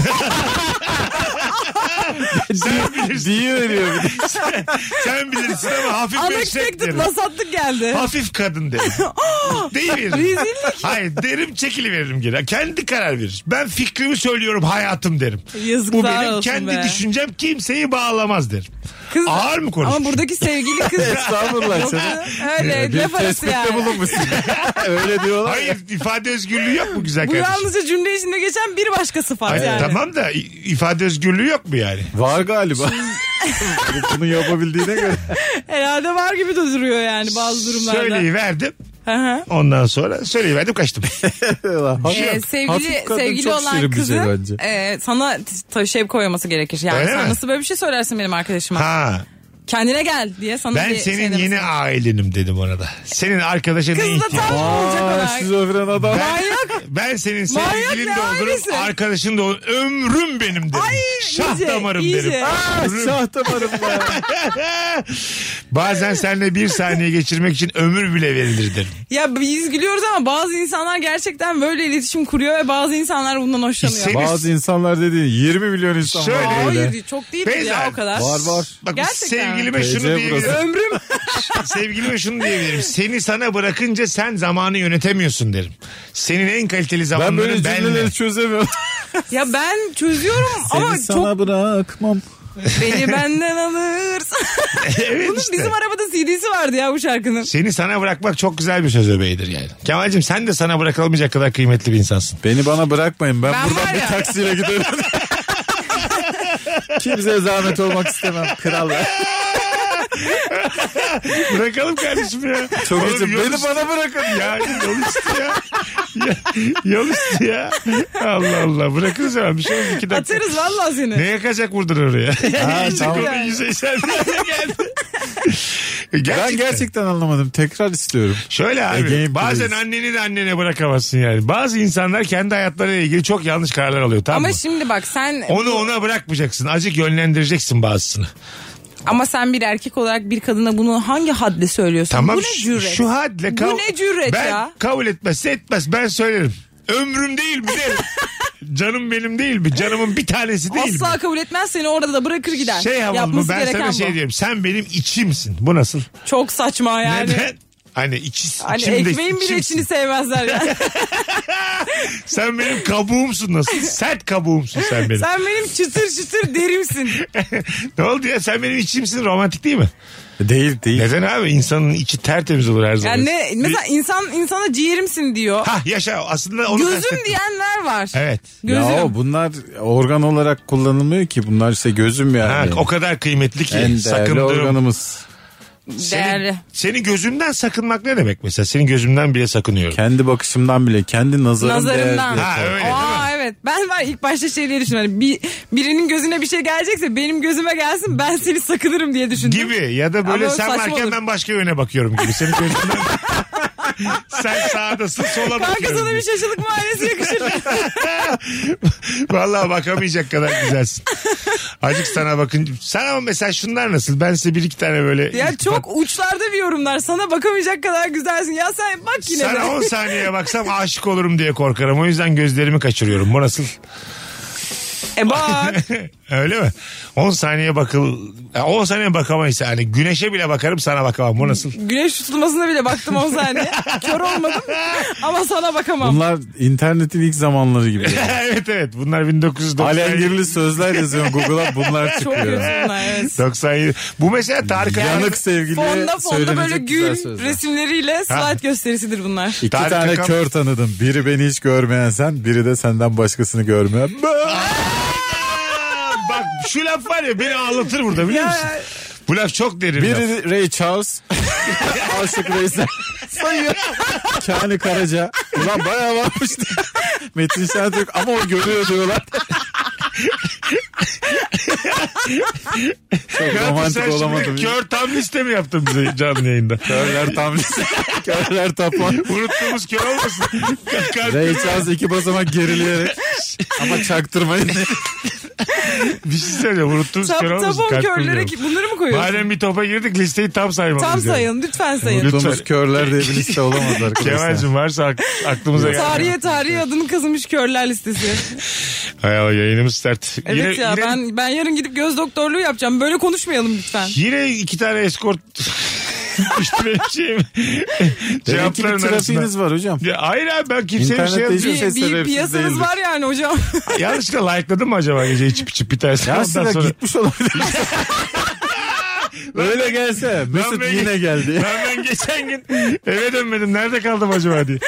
C: Sen bilirsin.
E: Diye veriyor bir de.
C: sen, sen bilirsin ama hafif meslek
D: Unexpected
C: derim.
D: vasatlık geldi.
C: Hafif kadın derim. Deyiveririm.
D: Rezillik.
C: Hayır derim, çekiliveririm geri. Kendi karar verir. Ben fikrimi söylüyorum hayatım derim.
D: Yazıklar
C: Bu benim
D: olsun
C: kendi
D: be.
C: düşüncem, kimseyi bağlamaz derim.
D: Kız,
C: Ağır mı konuşmuş?
D: ama buradaki sevgili kız.
E: Estağfurullah
D: Yok,
E: canım.
D: öyle
E: Bir
D: laf arası
E: tespitte
D: yani.
E: bulunmuşsun. Öyle diyorlar.
C: Hayır, ifade özgürlüğü yok mu güzel
D: Bu
C: kardeşim?
D: yalnızca cümle içinde geçen bir başka sıfat
C: Hayır,
D: yani.
C: tamam da i- ifade özgürlüğü yok mu yani?
E: Var galiba. Bunu yapabildiğine göre.
D: Herhalde var gibi de duruyor yani bazı durumlarda.
C: Söyleyiverdim.
D: Hı hı.
C: Ondan sonra söyleyiverdim, kaçtım.
E: Hafif-
D: Ee, sevgili
E: hafif kadın
D: sevgili
E: çok
D: olan
E: şirin bir şey
D: kızın
E: bence.
D: e, sana t- şey koyması gerekir. Yani
C: Öyle
D: sen
C: mi?
D: nasıl böyle bir şey söylersin benim arkadaşıma?
C: Ha.
D: Kendine gel diye sana
C: Ben
D: bir
C: senin
D: şey demesi
C: yeni
D: gerekir.
C: ailenim dedim ona da. Senin arkadaşa ne
D: Kız da
C: ihtiyacın?
D: tam olacak
E: Aa,
D: olarak.
E: şizofren adam.
D: Manyak.
C: Ben senin
D: Manyak
C: sevgilin
D: ne
C: de olurum,
D: ailesi?
C: arkadaşın da olurum. Ömrüm benim derim.
D: Ay,
C: Şah
D: iyice,
C: damarım
D: iyice.
C: derim.
E: Aa,
C: Ömrüm.
E: şah damarım be.
C: Bazen seninle bir saniye geçirmek için ömür bile verilir derim.
D: Ya biz gülüyoruz ama bazı insanlar gerçekten böyle iletişim kuruyor ve bazı insanlar bundan hoşlanıyor.
C: Seni-
E: Bazı insanlar dedi yirmi milyon insan
C: Şöyle.
E: var böyle.
D: Hayır çok değil
C: Beyza,
D: ya o kadar.
E: Var var.
C: Bak
D: Gerçekten.
C: sevgilime
E: T C
C: şunu
E: burası.
C: diyebilirim.
D: Ömrüm.
C: Sevgilime şunu diyebilirim. Seni sana bırakınca sen zamanı yönetemiyorsun derim. Senin en kaliteli
E: Ben
C: zamanların
E: böyle
C: benle.
E: cümleleri çözemiyorum.
D: Ya ben çözüyorum ama
E: Seni sana
D: çok
E: bırakmam.
D: beni benden alırsın.
C: Evet
D: Bunun
C: işte.
D: bizim arabada C D'si vardı ya bu şarkının.
C: Seni sana bırakmak çok güzel bir söz öbeğidir yani. Kemal'cim sen de sana bırakılamayacak kadar kıymetli bir insansın.
E: Beni bana bırakmayın. Ben,
D: Ben
E: buradan
D: var
E: bir
D: ya-
E: taksiyle giderim. Kimseye zahmet olmak istemem. Krallar.
C: Bırakalım kardeşim ya.
E: Çok
C: Oğlum,
E: üzüm.
C: yol
E: Beni
C: üstü-
E: bana bırakın.
C: Ya yol üstü ya. ya. Yol üstü ya. Allah Allah. Bırakırız hemen bir şey olmaz. iki dakika.
D: Atarız vallahi seni.
C: Ne yakacak buradan oraya?
E: Ha,
C: İyice
E: tamam.
C: konu yüzeysel bir yere geldi. Gerçekten.
E: Ben gerçekten anlamadım. Tekrar istiyorum.
C: Şöyle abi,
E: Again,
C: bazen
E: please.
C: anneni de annene bırakamazsın yani. Bazı insanlar kendi hayatlarıyla ilgili çok yanlış kararlar alıyor, tamam
D: Ama
C: mı?
D: şimdi bak sen
C: Onu ona bırakmayacaksın. Azıcık yönlendireceksin bazısını.
D: ama sen bir erkek olarak bir kadına bunu hangi hadle söylüyorsun?
C: Tamam,
D: Bu ne
C: şu-
D: cüret?
C: Şu hadle
D: Bu
C: kav-
D: ne cüret
C: ben
D: ya?
C: kabul etmezse etmez, ben söylerim. Ömrüm değil mi derim. Canım benim değil mi? Canımın bir tanesi değil
D: Asla
C: mi?
D: kabul etmez seni orada da bırakır gider.
C: Şey havalı mı?
D: Yapması
C: Ben
D: gereken
C: sana şey
D: bu.
C: diyorum. Sen benim içimsin. Bu nasıl?
D: Çok saçma yani.
C: Neden? Hani içi,
D: Hani
C: içimde
D: ekmeğin bile
C: içimsin.
D: içini sevmezler yani.
C: Sen benim kabuğumsun nasıl? Sert kabuğumsun sen benim.
D: Sen benim çıtır çıtır derimsin.
C: Ne oldu ya? Sen benim içimsin, romantik değil mi?
E: Değil değil.
C: Neden abi? İnsanın içi tertemiz olur her zaman.
D: Yani ne, mesela insan insana ciğerimsin diyor.
C: Hah yaşa, aslında onu
D: Gözüm
C: kastettim.
D: diyenler var.
C: Evet.
D: Gözüm.
E: Ya o bunlar organ olarak kullanılmıyor ki. Bunlar işte gözüm
C: Ha,
E: yani.
C: o kadar kıymetli ki.
E: en değerli
C: sakındığım.
E: organımız.
D: Değerli.
C: Senin, senin gözünden sakınmak ne demek mesela? Senin gözümden bile sakınıyorum.
E: Kendi bakışımdan bile, kendi nazarım
D: Nazarımdan.
E: değerli.
C: Ha, öyle değil
D: Aa
C: mi?
D: evet. Ben var ilk başta şey diye düşünüyorum. Hani bir, birinin gözüne bir şey gelecekse benim gözüme gelsin ben seni sakınırım diye düşündüm.
C: Gibi ya da böyle
D: Ama
C: sen
D: saçma
C: varken
D: olur.
C: ben başka yöne bakıyorum gibi. Senin gözünden sen sağdasın, sola
D: Kanka
C: bakıyorum.
D: sana bir
C: gibi.
D: şaşılık mahallesi yakışır.
C: Vallahi bakamayacak kadar güzelsin. Acık sana bakın. Sen ama mesela şunlar nasıl? Ben size bir iki tane böyle...
D: Ya çok uçlarda bir yorumlar. Sana bakamayacak kadar güzelsin. Ya sen bak yine
C: Sana
D: de.
C: on saniyeye baksam aşık olurum diye korkarım. O yüzden gözlerimi kaçırıyorum. Bu nasıl?
D: E bak.
C: Öyle mi? on saniye bakıl... on saniye bakamayız. Yani güneşe bile bakarım, sana bakamam. Bu nasıl?
D: Güneş tutulmasına bile baktım on saniye. Kör olmadım ama sana bakamam.
E: Bunlar internetin ilk zamanları gibi.
C: evet evet. Bunlar bin dokuz yüz doksan yedi.
E: Alengirli sözler yazıyorum Google'a, bunlar
D: Çok kötü
E: çıkıyor.
D: bunlar evet.
C: doksan yedi. Bu mesela Tarık
E: Yanık sevgili
D: Fonda fonda böyle
E: söylenecek
D: gül
E: güzel sözler.
D: resimleriyle slide gösterisidir bunlar.
E: İki
C: Tarık
E: tane
C: Akan-
E: kör tanıdım. Biri beni hiç görmeyen sen, biri de senden başkasını görmeyen.
C: Bak şu laf var ya, beni ağlatır burada, biliyor musun? Bu laf çok derin laf.
E: Biri Ray Charles. Aşık Veysel. Sayıyor. Kani Karaca. Ulan bayağı varmış. Metin Şentürk ama o görüyor diyorlar. Çok
C: Sen
E: romantik
C: şimdi
E: olamadım.
C: kör tam liste mi yaptın bize canlı yayında?
E: Körler tam liste. Körler tapon.
C: Unuttuğumuz kör olmasın. Kalp-
E: Ray Charles iki basamak gerileyerek. Ama çaktırmayın.
C: Bir şey söyleyeyim. Unuttuğumuz
D: Tap,
C: kör olmasın.
D: tapon
C: Kalp
D: körlere
C: kırmıyor.
D: bunları mı koyuyorsun?
C: Madem bir topa girdik listeyi tam saymalıyız.
D: Tam
C: yani.
D: sayın lütfen sayın.
E: Unuttuğumuz körler diye bir liste olamaz arkadaşlar.
C: Kemal'cim varsa ak- aklımıza geldi.
D: Tarihe tarihe adını kazımış körler listesi.
C: Hay Allah yayınımız sert.
D: Evet
C: yine,
D: ya
C: yine,
D: ben ben yarın gidip göz doktorluğu yapacağım. Böyle konuşmayalım lütfen.
C: Yine iki tane eskort düştü benim şeyim.
E: Demek ki bir
C: Cevapların arasında.
E: trafiğiniz var hocam.
C: Ya, hayır abi ben kimseye bir şey
E: İnternette
C: yazmıyorum.
E: hiçbir şey
D: Bir, bir
E: sebepsiz
D: piyasanız
E: değildir.
D: var yani hocam.
C: Yanlışlıkla like'ladın mı acaba gece içip içip bir tanesi?
E: Ya
C: Ondan
E: aslında
C: sonra...
E: gitmiş olabilir. Öyle gelse Mesut
C: ben-
E: yine geldi.
C: Lan ben geçen gün eve dönmedim. Nerede kaldım acaba diye.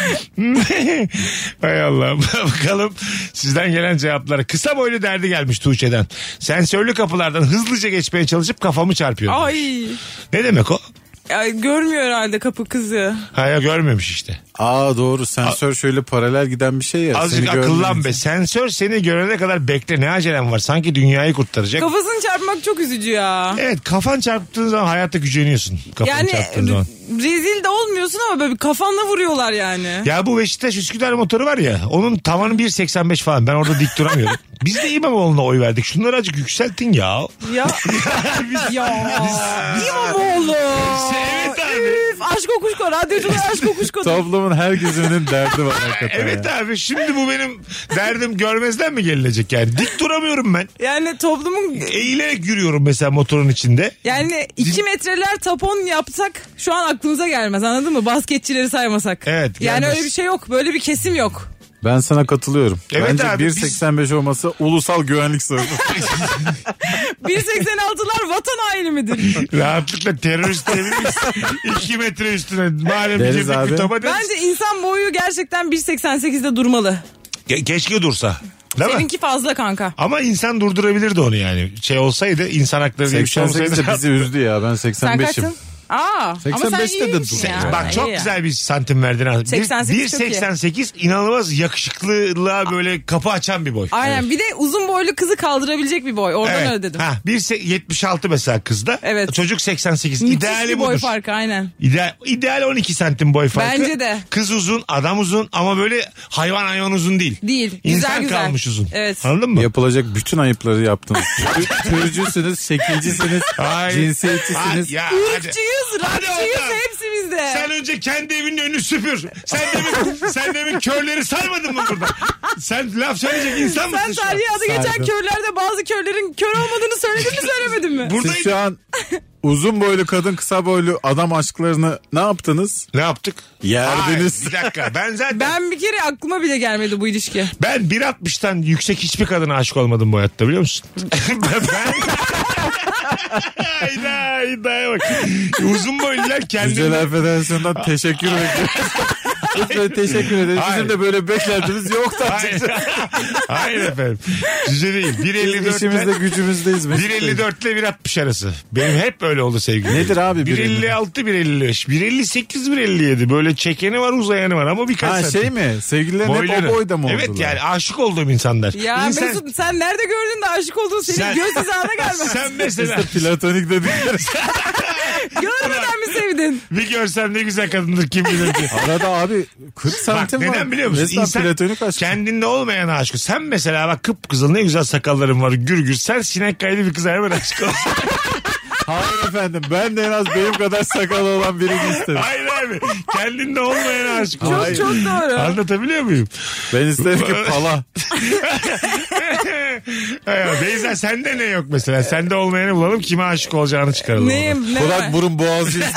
C: Hay Allah. Bakalım sizden gelen cevaplara. Kısa boylu derdi gelmiş Tuğçe'den. Sensörlü kapılardan hızlıca geçmeye çalışıp kafamı çarpıyorum.
D: Ay.
C: Ne demek o?
D: Ya, görmüyor herhalde kapı kızı.
C: Ha ya görmemiş işte.
E: Aa doğru sensör şöyle paralel giden bir şey ya.
C: Azıcık
E: Seni
C: akıllan
E: görmeyen-
C: be. Sensör seni görene kadar bekle. Ne acelem var? Sanki dünyayı kurtaracak.
D: Kafasını çarpmak çok üzücü ya.
C: Evet kafan çarptığın zaman hayatta güceniyorsun. Kafanı
D: Yani
C: çarptığın zaman.
D: rezil de olmuyorsun ama böyle bir kafanla vuruyorlar yani.
C: Ya bu Beşiktaş Üsküdar motoru var ya onun tavanı bir seksen beş falan ben orada dik duramıyorum. Biz de İmamoğlu'na oy verdik. Şunları azıcık yükseltin ya.
D: Ya. ya. İmamoğlu.
C: Evet abi.
D: Üf, aşk okuşko. Radyocular aşk okuşko.
E: Toplumun her gözünün derdi var hakikaten.
C: Evet
E: ya.
C: abi şimdi bu benim derdim görmezden mi gelinecek yani? Dik duramıyorum ben.
D: Yani toplumun
C: Eğilerek yürüyorum mesela motorun içinde.
D: yani iki metreler tapon yapsak şu an aklımıza gelmez anladın mı? Basketçileri saymasak.
C: Evet,
D: Yani
C: gelmez.
D: öyle bir şey yok. Böyle bir kesim yok.
E: Ben sana katılıyorum.
C: Evet
E: Bence
C: abi,
E: bir
C: biz-
E: seksen beş olması ulusal güvenlik sorunu.
D: bir seksen altılar vatan haini midir?
C: Rahatlıkla terörist diyebiliriz. iki metre üstüne. Malum
E: Deriz
C: bizim
E: abi.
C: kütüphane deriz.
D: Bence insan boyu gerçekten bir seksen sekizde durmalı.
C: Ke- keşke dursa. Değil mi?
D: Seninki fazla kanka.
C: Ama insan durdurabilirdi onu yani. Şey olsaydı insan hakları diye bir şey
E: seksen sekiz
C: olsaydı.
E: de bizi üzdü ya. Ben
D: Sen
E: seksen beşim.
D: kaçsın? Aa, ama sen
E: seksen beşte de
D: iyiymişsin
E: dur.
D: ya.
C: Bak çok
D: İyi ya.
C: güzel bir santim verdin ha.
D: seksen sekiz
C: bir
D: çok iyi.
C: seksen sekiz inanılmaz yakışıklılığa böyle kapı açan bir boy.
D: Aynen bir de uzun boylu kızı kaldırabilecek bir boy. Oradan
C: Evet.
D: öyle dedim.
C: Ha, bir yetmiş altı mesela kızda.
D: Evet.
C: Çocuk seksen sekiz.
D: Müthiş
C: İdeali
D: bir boy
C: budur.
D: farkı aynen.
C: İdeal, ideal on iki santim boy farkı.
D: Bence de.
C: Kız uzun, adam uzun ama böyle hayvan hayvan uzun değil.
D: Değil. Güzel
C: İnsan
D: güzel.
C: kalmış uzun.
D: Evet.
C: Anladın mı?
E: Yapılacak bütün ayıpları yaptınız. Türcüsünüz, şekilcisiniz,
C: Hayır.
E: cinsiyetçisiniz.
C: Ha, ya, hadi.
D: Irkçıyız,
C: Hadi
D: rakçıyız
C: oradan.
D: hepsi bizde.
C: Sen önce kendi evinin önünü süpür. Sen demin, sen demin körleri saymadın mı burada? Sen laf söyleyecek insan mısın
D: Sen
C: şu an?
D: tarihe adı geçen
E: Saydım.
D: körlerde bazı körlerin kör olmadığını söyledin mi söylemedin mi?
C: Burada
E: Siz şu an uzun boylu kadın, kısa boylu adam aşklarını ne yaptınız?
C: ne yaptık?
E: Yerdiniz.
C: Hayır, bir dakika. Ben zaten ben,
D: Ben bir kere aklıma bile gelmedi bu ilişki.
C: bir altmıştan yüksek hiçbir kadına aşık olmadım bu hayatta biliyor musun? ben... hayda hayda bak. Uzun boylular kendini...
E: Yüceler Federasyonu'ndan teşekkür bekliyoruz. Lütfen teşekkür ederiz.
C: Hayır.
E: Bizim de böyle beklentimiz yoktu.
C: Hayır. Hayır efendim. Cüce değil. bir elli dört
E: İşimizde gücümüzdeyiz. Mesut
C: bir
E: Bey.
C: elli dört ile bir altmış arası. Benim hep öyle oldu sevgili.
E: Nedir abi
C: bir
E: bir
C: elli altı bir elli beş bir elli sekiz bir elli yedi böyle çekeni var uzayanı var ama birkaç
E: Ha
C: santim.
E: şey mi? Sevgililerin hep
C: Boyları.
E: o boyda mı oldular?
C: Evet yani aşık olduğum insanlar.
D: Ya
C: İnsan-
D: Mesut sen nerede gördün de aşık olduğun senin
C: Sen-
D: göz hizana gelmez.
C: Sen
E: Biz
C: mesela
E: de platonik dedikleri.
D: Görmeden mi sevdin?
C: bir görsem ne güzel kadındır kim bilir ki.
E: Arada abi kırk
C: Bak
E: santim var.
C: neden biliyor musun?
E: Resmen
C: İnsan
E: platonik aşk.
C: kendinde olmayan aşkı. Sen mesela bak kıpkızıl ne güzel sakalların var gür gür. Sen sinek kaydı bir kıza hemen aşık olsun.
E: Hayır efendim ben de en az benim kadar sakalı olan birini isterim.
C: Hayır abi. Kendinde olmayan aşık.
D: Çok
E: Hayır.
D: çok doğru.
C: Anlatabiliyor muyum?
E: Ben isterim ki pala.
C: Ya, Beyza sende ne yok mesela? Sende olmayanı bulalım kime aşık olacağını çıkaralım.
D: Ne,
C: oradan.
D: ne
E: Kulak
D: var?
E: burun boğaz ister.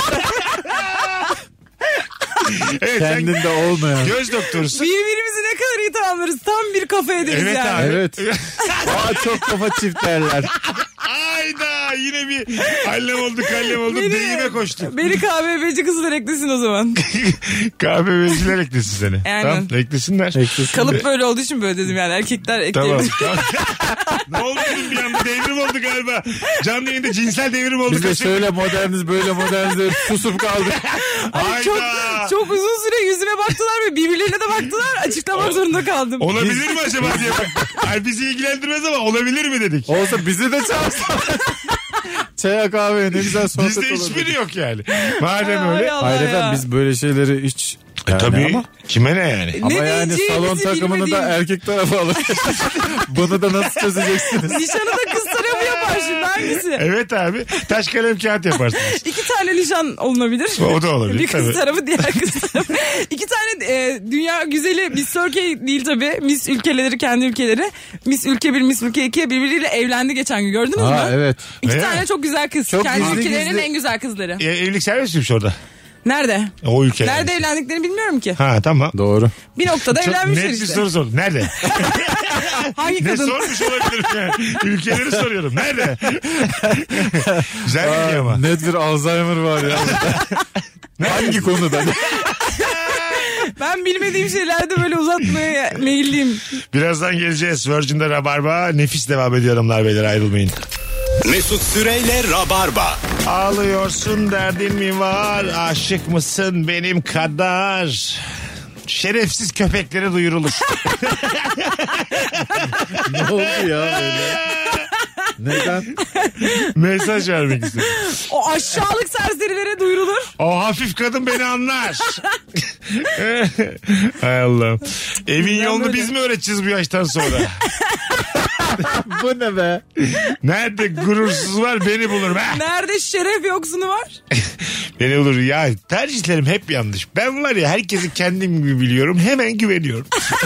C: Evet, sen
E: Kendinde olmayan.
C: göz doktorusun.
D: Birbirimizi ne kadar iyi tamamlarız. Tam bir kafa ederiz
C: Evet
D: yani.
C: abi.
E: Evet. Aa çok kafa çift derler.
C: Hayda yine bir allem oldu kallem oldu deyime koştuk.
D: Beni K B B'ci kızlar eklesin o zaman.
C: K B B'ciler eklesin seni.
D: Yani.
C: Tamam eklesinler.
E: Eklesin.
D: Kalıp böyle olduğu için böyle dedim yani erkekler ekleyebilir.
C: Tamam. Ne oldu dedim bir anda devrim oldu galiba. Canlı yayında cinsel devrim oldu.
E: Biz de şöyle moderniz böyle moderniz de susup kaldık.
D: Ay çok, çok uzun süre yüzüme baktılar ve birbirlerine de baktılar. Açıklamak zorunda kaldım.
C: Olabilir mi acaba diye bak. Ay bizi ilgilendirmez ama olabilir mi dedik.
E: Olsa bizi de çağırsalar. Çaya kahve ne güzel sohbet
C: Bizde
E: olur.
C: hiçbiri yok yani. Madem
D: Ay
C: öyle.
D: Allah
E: Hayır
D: ya.
E: efendim biz böyle şeyleri hiç...
C: E,
E: Yani
C: tabii
E: ama,
C: kime ne yani?
E: ama
D: Ne
E: yani
D: diyeceğimizi
E: salon takımını da
D: bilmediğim-
E: erkek tarafı alır. Bunu da nasıl çözeceksiniz?
D: Nişanı da kız tarafı yapar şimdi hangisi?
C: Evet abi. Taş kalem kağıt yaparsınız.
D: İki tane nişan olunabilir.
C: O da olabilir,
D: Bir kız
C: tabii.
D: tarafı diğer kız tarafı. İki tane e, dünya güzeli Miss Turkey değil tabii. Miss ülkeleri kendi ülkeleri. Miss ülke bir Miss ülke iki birbiriyle evlendi geçen gün gördünüz mü?
E: Ha evet.
D: İki
C: Öyle
D: tane
C: mi?
D: çok güzel kız.
E: Çok
D: kendi
E: gizli
D: ülkelerinin
E: gizli.
D: en güzel kızları.
C: E, evlilik serbestmiş orada.
D: Nerede?
C: O ülke.
D: Nerede evlendiklerini bilmiyorum ki.
C: Ha tamam.
E: Doğru.
C: Çok
D: Bir noktada evlenmişler
C: net
D: işte.
C: bir soru sordum. Nerede?
D: Hangi
C: Ne
D: kadın?
C: sormuş olabilirim yani? Ülkeleri soruyorum. Nerede? Güzel bir şey ama.
E: Net bir Alzheimer var ya. Hangi konuda?
D: Ben bilmediğim şeylerde böyle uzatmaya meyilliyim.
C: Birazdan geleceğiz. Virgin'de Rabarba. Nefis devam ediyor hanımlar beyler ayrılmayın.
B: Mesut Süreyle Rabarba.
C: Ağlıyorsun derdin mi var? Aşık mısın benim kadar? Şerefsiz köpeklere duyurulur.
E: Ne oldu ya böyle? Neden?
C: Mesaj vermek istedim.
D: O aşağılık serserilere duyurulur.
C: O hafif kadın beni anlar. Hay Allah'ım. Evin yolunu
D: böyle.
C: biz mi öğreteceğiz bu yaştan sonra?
E: Bu ne be?
C: Nerede gurursuz var beni bulur be.
D: Nerede şeref yoksunu var?
C: Beni bulur. Ya tercihlerim hep yanlış. Ben var ya herkesi kendim gibi biliyorum. Hemen güveniyorum.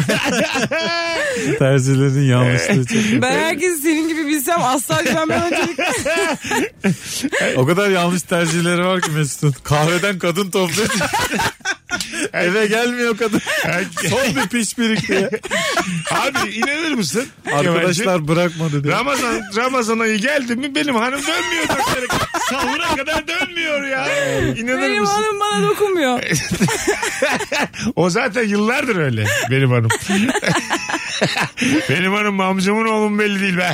E: Tercihlerin yanlışlığı çok.
D: Ben herkesi senin gibi bilsem asla güvenmem öncelikle.
E: O kadar yanlış tercihleri var ki Mesut'un. Kahveden kadın topluyor. Eve gelmiyor kadın. Son bir piş birikti.
C: Abi inanır mısın?
E: Arkadaşlar bırakmadı diye.
C: Ramazan Ramazan ayı geldi mi benim hanım dönmüyor. Sahura kadar dönmüyor ya. İnanır
D: Benim
C: mısın?
D: hanım bana dokunmuyor.
C: O zaten yıllardır öyle benim hanım. Benim hanım amcamın oğlum belli değil be.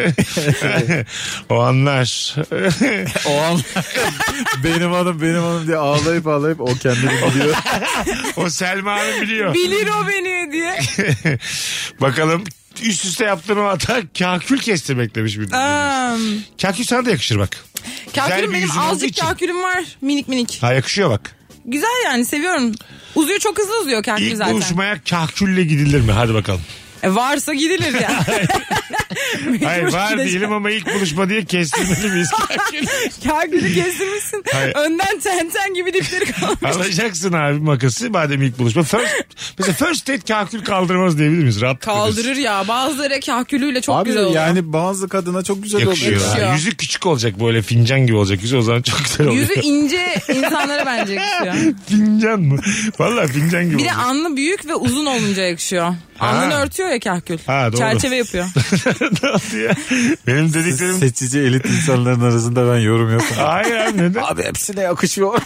C: O anlar.
E: O an benim hanım benim hanım diye ağlayıp ağlayıp o kendini biliyor.
C: O Selma Hanım biliyor.
D: Bilir o beni diye.
C: Bakalım üst üste yaptığın o hata kahkül kestirmek demiş bir dinleyicimiz.
D: Um,
C: Kahkül sana da yakışır bak. Güzel
D: kahkülüm
C: bir
D: benim
C: yüzün olduğu
D: azıcık
C: için.
D: kahkülüm var. Minik minik.
C: Ha yakışıyor bak.
D: Güzel yani seviyorum. Uzuyor çok hızlı uzuyor kahkül
C: İlk
D: zaten.
C: buluşmaya kahkülle gidilir mi? Hadi bakalım.
D: E, varsa gidilir ya.
C: Hayır var diyelim ama ilk buluşma diye kestirmeli miyiz kahkül?
D: Kahkülü kestirmişsin.
C: Hayır.
D: Önden ten ten gibi dipleri kalmış.
C: Alacaksın abi makası madem ilk buluşma. First, mesela first date kahkül kaldırmaz diyebilir miyiz? Rahat
D: Kaldırır ya. Bazıları kahkülüyle çok
E: Abi
D: güzel oluyor.
E: yani bazı kadına çok güzel
C: yakışıyor.
E: oluyor.
D: Yakışıyor.
C: Ha, yüzü küçük olacak böyle fincan gibi olacak yüzü o zaman çok güzel oluyor.
D: Yüzü ince insanlara bence yakışıyor.
C: Fincan mı? Valla fincan gibi
D: Bir de
C: olacak.
D: alnı büyük ve uzun olunca yakışıyor. Alnını örtüyor ya kahkül.
C: Ha, doğru.
D: Çerçeve yapıyor.
C: Ne oldu ya? Benim dediklerim...
E: Seçici elit insanların arasında ben yorum yapamam.
C: Hayır abi neden?
E: Abi hepsine yakışıyor.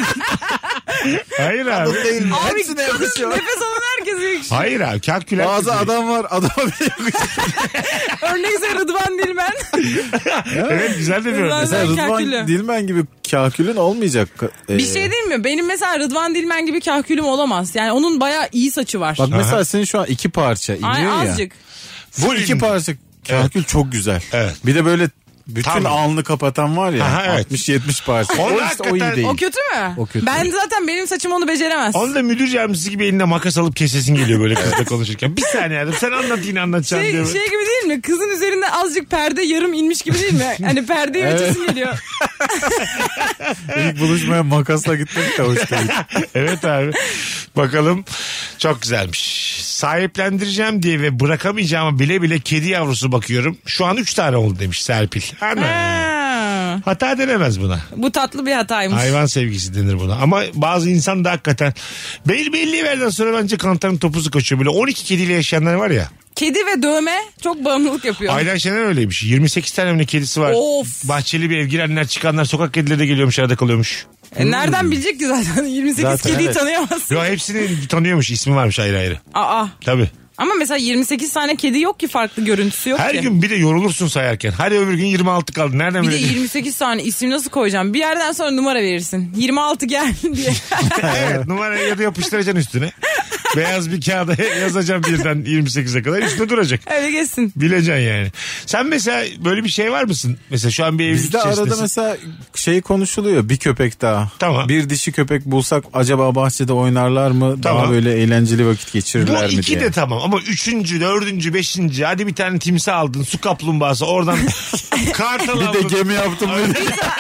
C: Hayır abi.
E: Değil mi?
D: Abi
E: Hepsine
D: kadın
E: yakışıyor.
D: nefes alan herkese yakışıyor.
C: Hayır abi kahkül
E: Bazı
C: herkese-
E: adam var adama bile yakışıyor.
D: Örnekse Rıdvan Dilmen.
C: Evet güzel de bir örnek.
E: Mesela
D: Ben
E: Rıdvan
D: kahküllü.
E: Dilmen gibi kahkülün olmayacak. Ee,
D: Bir şey değil mi? Benim mesela Rıdvan Dilmen gibi kahkülüm olamaz. Yani onun bayağı iyi saçı var.
E: Bak mesela senin şu an iki parça iniyor
D: Ay,
E: ya.
D: azıcık.
E: Bu
C: Full
E: iki
C: indi.
E: parça kahkül çok güzel.
C: Evet.
E: Bir de böyle bütün
C: Tam.
E: alnı kapatan var ya.
C: Aha, evet.
E: altmış yetmiş parça.
C: Onu
E: O işte o
C: hakikaten-
E: iyi değil.
D: O kötü mü?
E: O kötü.
D: Ben zaten benim saçım onu beceremez.
C: Onu da müdür yardımcısı gibi elinde makas alıp kesesin geliyor böyle kızla konuşurken. Bir saniye adam sen anlat yine anlatacağım
D: Şey,
C: diyor.
D: şey gibi değil mi? Kızın üzerinde azıcık perde yarım inmiş gibi değil mi? Hani perdeyi
E: Evet.
D: açasın geliyor.
E: İlk buluşmaya makasla gitmek de hoş değil.
C: Evet abi. Bakalım çok güzelmiş. Sahiplendireceğim diye ve bırakamayacağımı bile bile kedi yavrusu bakıyorum. Şu an üç tane oldu demiş Serpil. Ana.
D: Ha.
C: Hata denemez buna.
D: Bu tatlı bir hataymış.
C: Hayvan sevgisi denir buna. Ama bazı insan da hakikaten belli belli yerden sonra bence kantarın topuzu kaçıyor. Böyle on iki kediyle yaşayanlar var ya.
D: Kedi ve dövme çok bağımlılık yapıyor.
C: Aydan Şener öyleymiş. yirmi sekiz tane mi kedisi var.
D: Of.
C: Bahçeli bir ev, girenler çıkanlar, sokak kedileri de geliyormuş, arada kalıyormuş.
D: E nereden bilecek ki zaten yirmi sekiz
E: Zaten
D: kediyi
E: evet.
D: tanıyamazsın.
C: Yo, hepsini tanıyormuş, ismi varmış ayrı ayrı.
D: Aa.
C: Tabii.
D: Ama mesela yirmi sekiz tane kedi yok ki, farklı görüntüsü yok
C: Her
D: ki.
C: gün bir de yorulursun sayarken. Hadi öbür gün yirmi altı kaldı. Nereden
D: Bir de
C: bileceksin?
D: yirmi sekiz tane isim nasıl koyacağım? Bir yerden sonra numara verirsin. yirmi altı gel diye.
C: Evet, numarayı ya da yapıştıracaksın üstüne. Beyaz bir kağıda yazacağım birden yirmi sekize kadar, üstüne duracak.
D: Öyle geçsin.
C: Bileceksin yani. Sen mesela böyle bir şey var mısın? Mesela şu an bir evlilik
E: Bizde
C: içerisindesin.
E: arada mesela şey konuşuluyor, bir köpek daha.
C: Tamam.
E: Bir dişi köpek bulsak acaba bahçede oynarlar mı?
C: Tamam.
E: Daha böyle eğlenceli vakit geçirirler
C: Bu
E: mi
C: iki
E: diye.
C: de tamam ama üçüncü, dördüncü, beşinci, hadi bir tane timsah aldın, su kaplumbağası, oradan kartal
E: Bir
C: aldın.
E: de gemi yaptım böyle.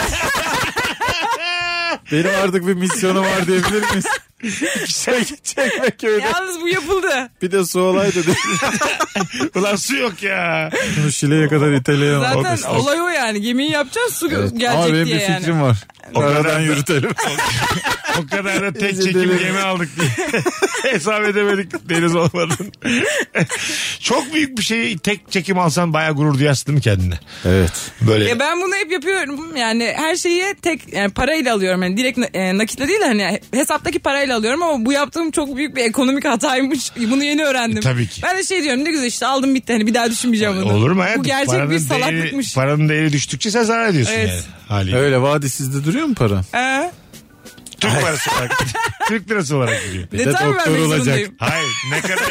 E: Benim artık bir misyonum var diyebilir miyiz? Çek, çekmek öyle.
D: Yalnız bu yapıldı.
E: Bir de su olaydı.
C: Ulan su yok ya.
E: Bunu Şile'ye kadar iteleyemem.
D: Zaten olay o yani. Gemiyi yapacağız, su
E: Evet.
D: gelecek
E: Ama benim
D: diye
E: bir
D: yani.
E: fikrim var.
C: O kadar
E: Aradan
C: da-
E: yürütelim.
C: O kadar da tek
E: İyice
C: çekim
E: deli.
C: gemi aldık diye. Hesap edemedik deniz olmadın. Çok büyük bir şeyi tek çekim alsan bayağı gurur duyarsın değil mi kendine?
E: Evet.
C: Böyle.
D: Ya ben bunu hep yapıyorum. Yani her şeyi tek yani parayla alıyorum. Yani direkt e, nakitle değil de hani hesaptaki parayla alıyorum ama bu yaptığım çok büyük bir ekonomik hataymış. Bunu yeni öğrendim.
C: E, tabii ki.
D: Ben de şey diyorum, ne güzel işte aldım bitti. Hani bir daha düşünmeyeceğim bunu.
C: Olur mu hayatım?
D: Bu gerçek
C: Paranın
D: bir
C: değeri-
D: salaklıkmış.
C: paranın değeri düştükçe sen zarar ediyorsun
D: Evet.
C: yani. Haliyle.
E: Öyle vadisizde duruyor mu para?
D: Ee,
C: Türk parası olarak. Türk lirası olarak gidiyor.
E: de
D: detay
E: doktor
D: vermek
E: olacak.
D: zorundayım.
C: Hayır ne kadar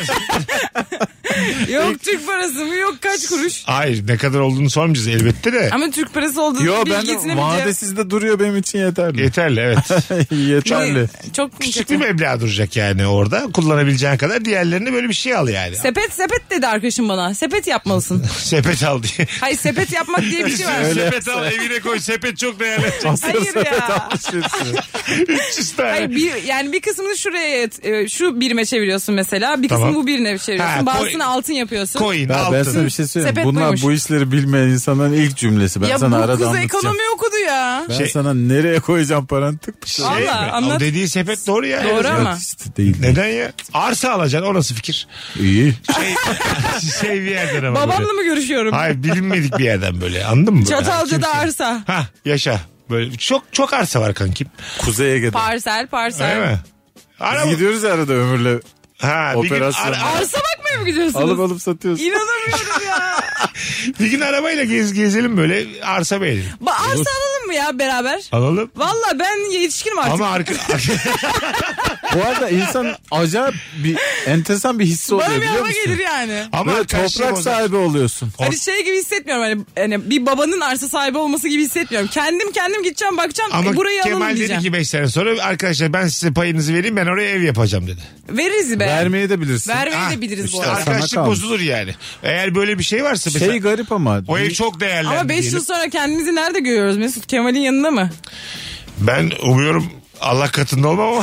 D: Yok Türk parası mı, yok kaç kuruş.
C: hayır ne kadar olduğunu sormayacağız elbette de.
D: Ama Türk parası olduğunu
E: Yo ben
D: bilgisini
E: de
D: bileceğim.
E: vadesizde duruyor benim için yeterli.
C: Yeterli evet.
E: Yeterli.
D: Çok
C: Küçük
D: kötü.
C: bir meblağ duracak yani orada. Kullanabileceğin kadar, diğerlerini böyle bir şey al yani.
D: Sepet sepet dedi arkadaşım bana. Sepet yapmalısın.
C: Sepet al diye.
D: Hayır, sepet yapmak diye bir şey var.
C: Sepet al evine koy, sepet çok değerli.
D: Hayır ya.
C: üç yüz tane.
D: Hayır, bir, yani bir kısmını şuraya e, şu birime çeviriyorsun mesela. Bir kısmını
C: Tamam.
D: bu birine çeviriyorsun.
C: Ha,
D: Bazısını
C: coin.
D: altın yapıyorsun.
C: Coin,
E: Ya ben
C: altın.
E: sana bir şey söyleyeyim.
D: Sepet
E: Bunlar
D: buymuş.
E: bu işleri bilmeyen insanların ilk cümlesi. Ben
D: Ya
E: sana
D: bu
E: arada
D: kız
E: anlatacağım.
D: ekonomi okudu ya.
E: Ben
C: Şey-
E: sana nereye koyacağım paranı tık.
C: Şey
D: Vallahi,
C: mi?
D: anlat.
C: O dediği sepet doğru ya.
D: Doğru
C: Evet.
D: ama.
E: İşte değil.
C: Neden ya? Arsa alacaksın, o nasıl fikir?
E: İyi.
C: Şey, şey bir yerden ama
D: Babamla
C: böyle.
D: mı görüşüyorum?
C: Hayır, bilinmedik bir yerden böyle, anladın mı? Böyle?
D: Çatalca'da
C: Kimse-
D: arsa.
C: Hah yaşa. Böyle çok çok arsa var kankim.
E: Kuzey Ege'de.
D: Parsel parsel.
C: Öyle mi? Ara
E: Biz gidiyoruz ya arada Ömür'le.
C: Ha, bir gün,
E: Operasyon.
C: ara- ara-
D: Arsa bakmaya mı gidiyorsunuz?
E: Alıp alıp satıyoruz.
D: İnanamıyorum ya.
C: bir gün arabayla gez, gezelim böyle, arsa beğenelim.
D: Ba arsa alalım mı ya beraber?
C: Alalım.
D: Valla ben yetişkinim artık.
C: Ama arka...
E: Bu arada insan acayip bir enteresan bir hissi oluyor
D: Bana bir
E: biliyor
D: hava
E: musun?
D: gelir yani.
C: Ama
E: Böyle
C: arkadaşlık
E: toprak
C: bozar.
E: sahibi oluyorsun.
D: Hani şey gibi hissetmiyorum, hani, hani bir babanın arsa sahibi olması gibi hissetmiyorum. Kendim kendim gideceğim, bakacağım,
C: Ama
D: e, burayı alalım
C: Kemal dedi
D: diyeceğim.
C: ki beş sene sonra, arkadaşlar ben size payınızı vereyim, ben oraya ev yapacağım dedi.
D: Veririz be.
E: Vermeyi de bilirsin.
D: Vermeyi
C: Ah,
D: de biliriz
C: işte
D: bu arada.
C: arkadaşlık
E: Sana kalmış.
C: bozulur yani. Eğer böyle bir şey varsa mesela,
E: Şey garip ama.
C: o ev çok değerli.
D: Ama beş yıl sonra kendimizi nerede görüyoruz Mesut? Kemal'in yanında mı?
C: Ben umuyorum Allah katında olmam ama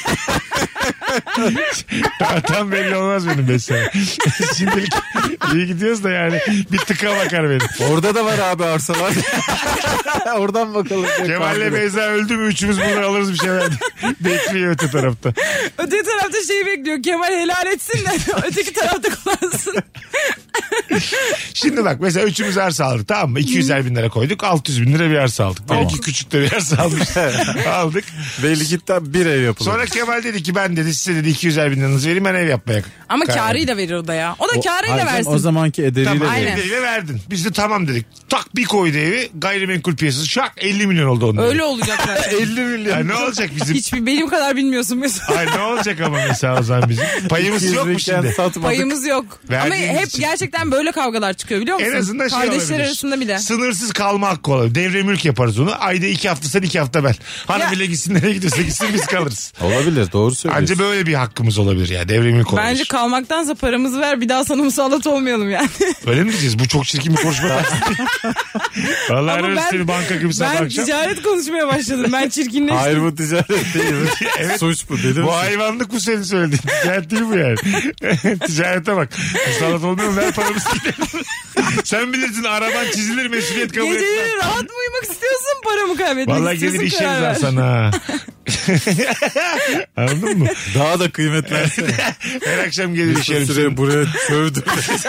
C: tam belli olmaz benim beş sene. Şimdilik iyi gidiyoruz da yani bir tıka bakar benim.
E: Orada da var abi arsalar. Oradan bakalım.
C: Kemal'le Beyza öldü mü üçümüz bunu alırız bir şeyler. Bekliyor öte tarafta.
D: Öteki tarafta şeyi bekliyor. Kemal helal etsin de öteki tarafta kullansın.
C: Şimdi bak mesela üçümüz arsa aldık, tamam mı? iki yüzer bin lira koyduk, altı yüz bin lira bir arsa aldık. Belki küçük de bir arsa aldık. aldık.
E: Belli gitten bir ev yapılır.
C: Sonra Kemal dedi ki ben dedi size dedi iki yüzer bin liranızı vereyim, ben ev yapmaya.
D: Ama
C: karar verdim.
D: kârıyla verir o da ya. O da
E: O-
D: kârıyla
E: Hayır,
D: versin.
E: O zamanki ederiyle
C: Tamam,
E: verir.
D: Aynen.
C: evle verdin. Biz de tamam dedik. Tak bir koydu evi, gayrimenkul piyasası şak elli milyon oldu onun.
D: Öyle olacak zaten.
E: elli milyon.
C: Ay, ne olacak bizim?
D: Hiçbir benim kadar bilmiyorsun Mesut.
C: Ay ne olacak ama mesela o zaman bizim? Payımız yok mu
E: İkizliyken
C: şimdi?
E: satmadık.
D: Payımız yok. Ama
C: Verdiğimiz
D: hep
C: için.
D: gerçekten böyle kavgalar çıkıyor biliyor musun?
C: En azından şey
D: Kardeşler
C: olabilir.
D: arasında bile.
C: Sınırsız kalma hakkı olabilir. Devre mülk yaparız onu. Ayda iki hafta sen iki hafta ben. Hanım
D: Ya-
C: bile gitsin, nereye gidiyorsa gitsin, biz kalırız.
E: Olabilir doğru söylüyorsun.
C: Anca böyle bir hakkımız olabilir ya. Devre mülk olabilir.
D: Bence kalmaktansa paramızı ver, bir daha sana musallat olmayalım yani.
C: Öyle mi diyeceğiz? Bu çok çirkin bir konuşma. Vallahi
D: Ama
C: ararız
D: ben,
C: seni banka gibi sabah
D: ben
C: akşam.
D: ticaret konuşmaya başladım. Ben çirkinleştim.
E: Hayır bu ticaret değil.
C: Evet.
E: Suç bu dedim.
C: Bu hayvanlık bu senin söylediğin. Ticaret değil bu yani. Ticarete bak. Musallat olmuyor mu? Ver paramızı gidelim. Sen bilirsin, araban çizilir, mesuliyet kabul etmez.
D: Geceleri rahat mı uyumak istiyorsun, para mı kaybetmek
C: Vallahi
D: istiyorsun?
C: gelir işeriz
D: karar
C: ha
D: ver.
C: sana. Anladın mı?
E: Daha da kıymetlensin.
C: Her akşam gelir
E: Bir
C: işerim
E: süre
C: seni.
E: buraya çövdüm.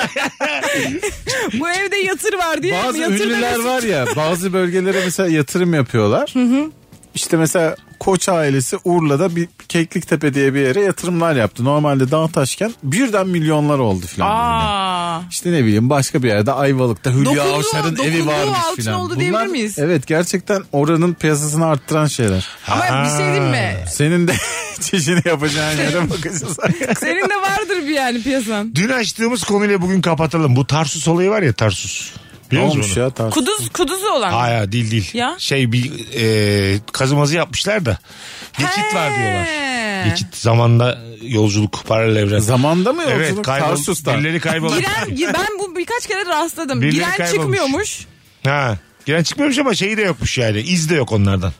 D: Bu evde yatır var diye.
E: Bazı
D: yatır
E: ünlüler
D: demesi-
E: var ya, bazı bölgelere mesela yatırım yapıyorlar. İşte mesela Koç ailesi Urla'da bir Kekliktepe diye bir yere yatırımlar yaptı. Normalde dağ taşken birden milyonlar oldu filan.
D: Aa.
E: İşte ne bileyim başka bir yerde Ayvalık'ta Hülya
D: Dokunduğu-
E: Avşar'ın evi
D: dokunduğu
E: varmış
D: altın
E: filan.
D: oldu diyebilir miyiz?
E: Evet, gerçekten oranın piyasasını arttıran şeyler.
D: Ama bir şey diyeyim mi?
E: Senin de çişini yapacağın yere bakacağız.
D: Senin de vardır bir yani piyasan.
C: Dün açtığımız konuyla bugün kapatalım. Bu Tarsus olayı var ya, Tarsus.
E: Ne
C: Biliyor musun
E: olmuş
C: onu?
E: ya? Tarsus.
D: Kuduz, kuduzu olan.
C: Hayır, değil değil.
D: Ya?
C: Şey bir e, kazımazı yapmışlar da. Geçit var diyorlar.
D: He.
C: Geçit zamanda yolculuk, paralel evren.
E: Zamanda mı yolculuk?
C: Evet, kaybol,
E: Tarsus'tan.
C: birileri kaybolur.
D: Giren, ben bu birkaç kere rastladım.
C: Birileri
D: Giren
C: kaybolmuş.
D: çıkmıyormuş.
C: Ha, giren çıkmıyormuş ama şeyi de yokmuş yani. İz de yok onlardan.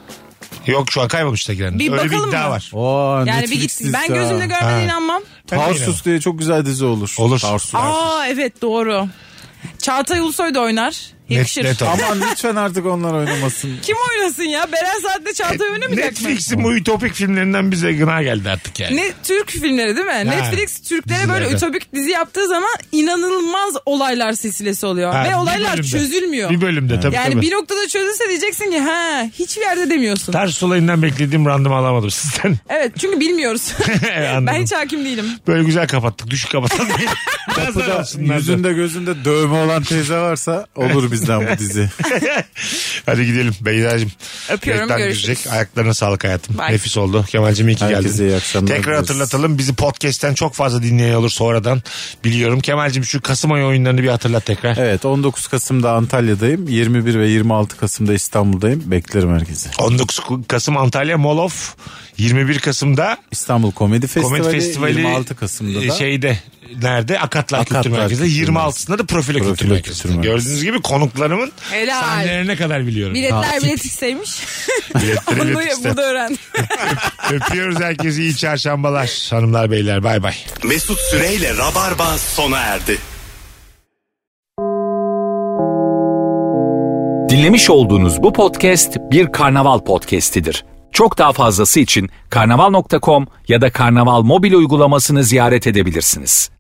C: Yok, şu an kaybolmuş da giren.
D: Bir
C: Öyle bir
D: bakalım
C: iddia
D: mı?
C: var.
E: Oo,
D: Yani
E: Netflix
D: bir git.
E: dizisi
D: Ben
E: ha.
D: gözümle görmeden
C: Ha.
D: inanmam.
C: Ben de
E: Tarsus
C: inanmam.
E: diye çok güzel dizi olur.
C: Olur.
E: Tarsus.
D: Aa evet doğru. Çağatay Ulusoy da oynar. Yakışır.
C: net o.
E: Aman lütfen artık onlar oynamasın.
D: Kim oynasın ya? Beren Saat'te Çağatay oynamayacak mı?
C: Netflix'in bu ütopik filmlerinden bize gına geldi artık yani.
D: Ne Türk filmleri değil mi? Netflix Türklere böyle
C: Dizilerden.
D: ütopik dizi yaptığı zaman inanılmaz olaylar silsilesi oluyor.
C: Ha,
D: Ve
C: bir
D: olaylar
C: bölümde.
D: çözülmüyor.
C: Bir bölümde tabii
D: yani
C: tabii.
D: bir noktada çözülse diyeceksin ki ha hiçbir yerde demiyorsun.
C: Tarsus olayından beklediğim randıma alamadım sizden.
D: Evet çünkü bilmiyoruz.
C: Anladım.
D: Ben hiç hakim değilim.
C: Böyle güzel kapattık. Düşük kapatalım. Nazar
E: Kapıda
C: olsunlar da.
E: yüzünde gözünde dövme olan teyze varsa olur bizden bu dizi.
C: Hadi gidelim Beyza'cığım.
D: Öpüyorum,
C: Reklam
D: görüşürüz.
C: girecek. Ayaklarına sağlık hayatım.
D: Bye.
C: Nefis oldu. Kemal'cim iyi ki
E: Herkese
C: geldin.
E: iyi akşamlar
C: Tekrar
E: dileriz.
C: hatırlatalım. Bizi podcast'ten çok fazla dinleyen olur sonradan. Biliyorum. Kemal'cim şu Kasım ayı oyunlarını bir hatırlat tekrar.
E: Evet, on dokuz Kasım'da Antalya'dayım. yirmi bir ve yirmi altı Kasım'da İstanbul'dayım. Beklerim herkese.
C: on dokuz Kasım Antalya Mall of. yirmi bir Kasım'da
E: İstanbul Komedi Festivali,
C: Komedi Festivali
E: yirmi altı Kasım'da
C: e,
E: da
C: şeyde nerede? Akatlar,
E: Akatlar
C: Kültür Merkezi'nde.
E: Kültür
C: yirmi altısında da Profilo,
E: Profilo
C: Kültür Merkezi'nde.
E: Kültür Merkezi.
C: Gördüğünüz gibi konuklarımın
D: Helal.
C: sahnelerine kadar biliyorum.
D: Biletler bilet isteymiş.
C: Biletleri
D: Bunu
C: bilet ister.
D: burada öğrendim.
C: Öpüyoruz herkese, iyi çarşambalar hanımlar beyler, bay bay.
B: Mesut Süreyle Rabarba sona erdi.
A: Dinlemiş olduğunuz bu podcast bir karnaval podcastidir. Çok daha fazlası için karnaval nokta com ya da karnaval mobil uygulamasını ziyaret edebilirsiniz.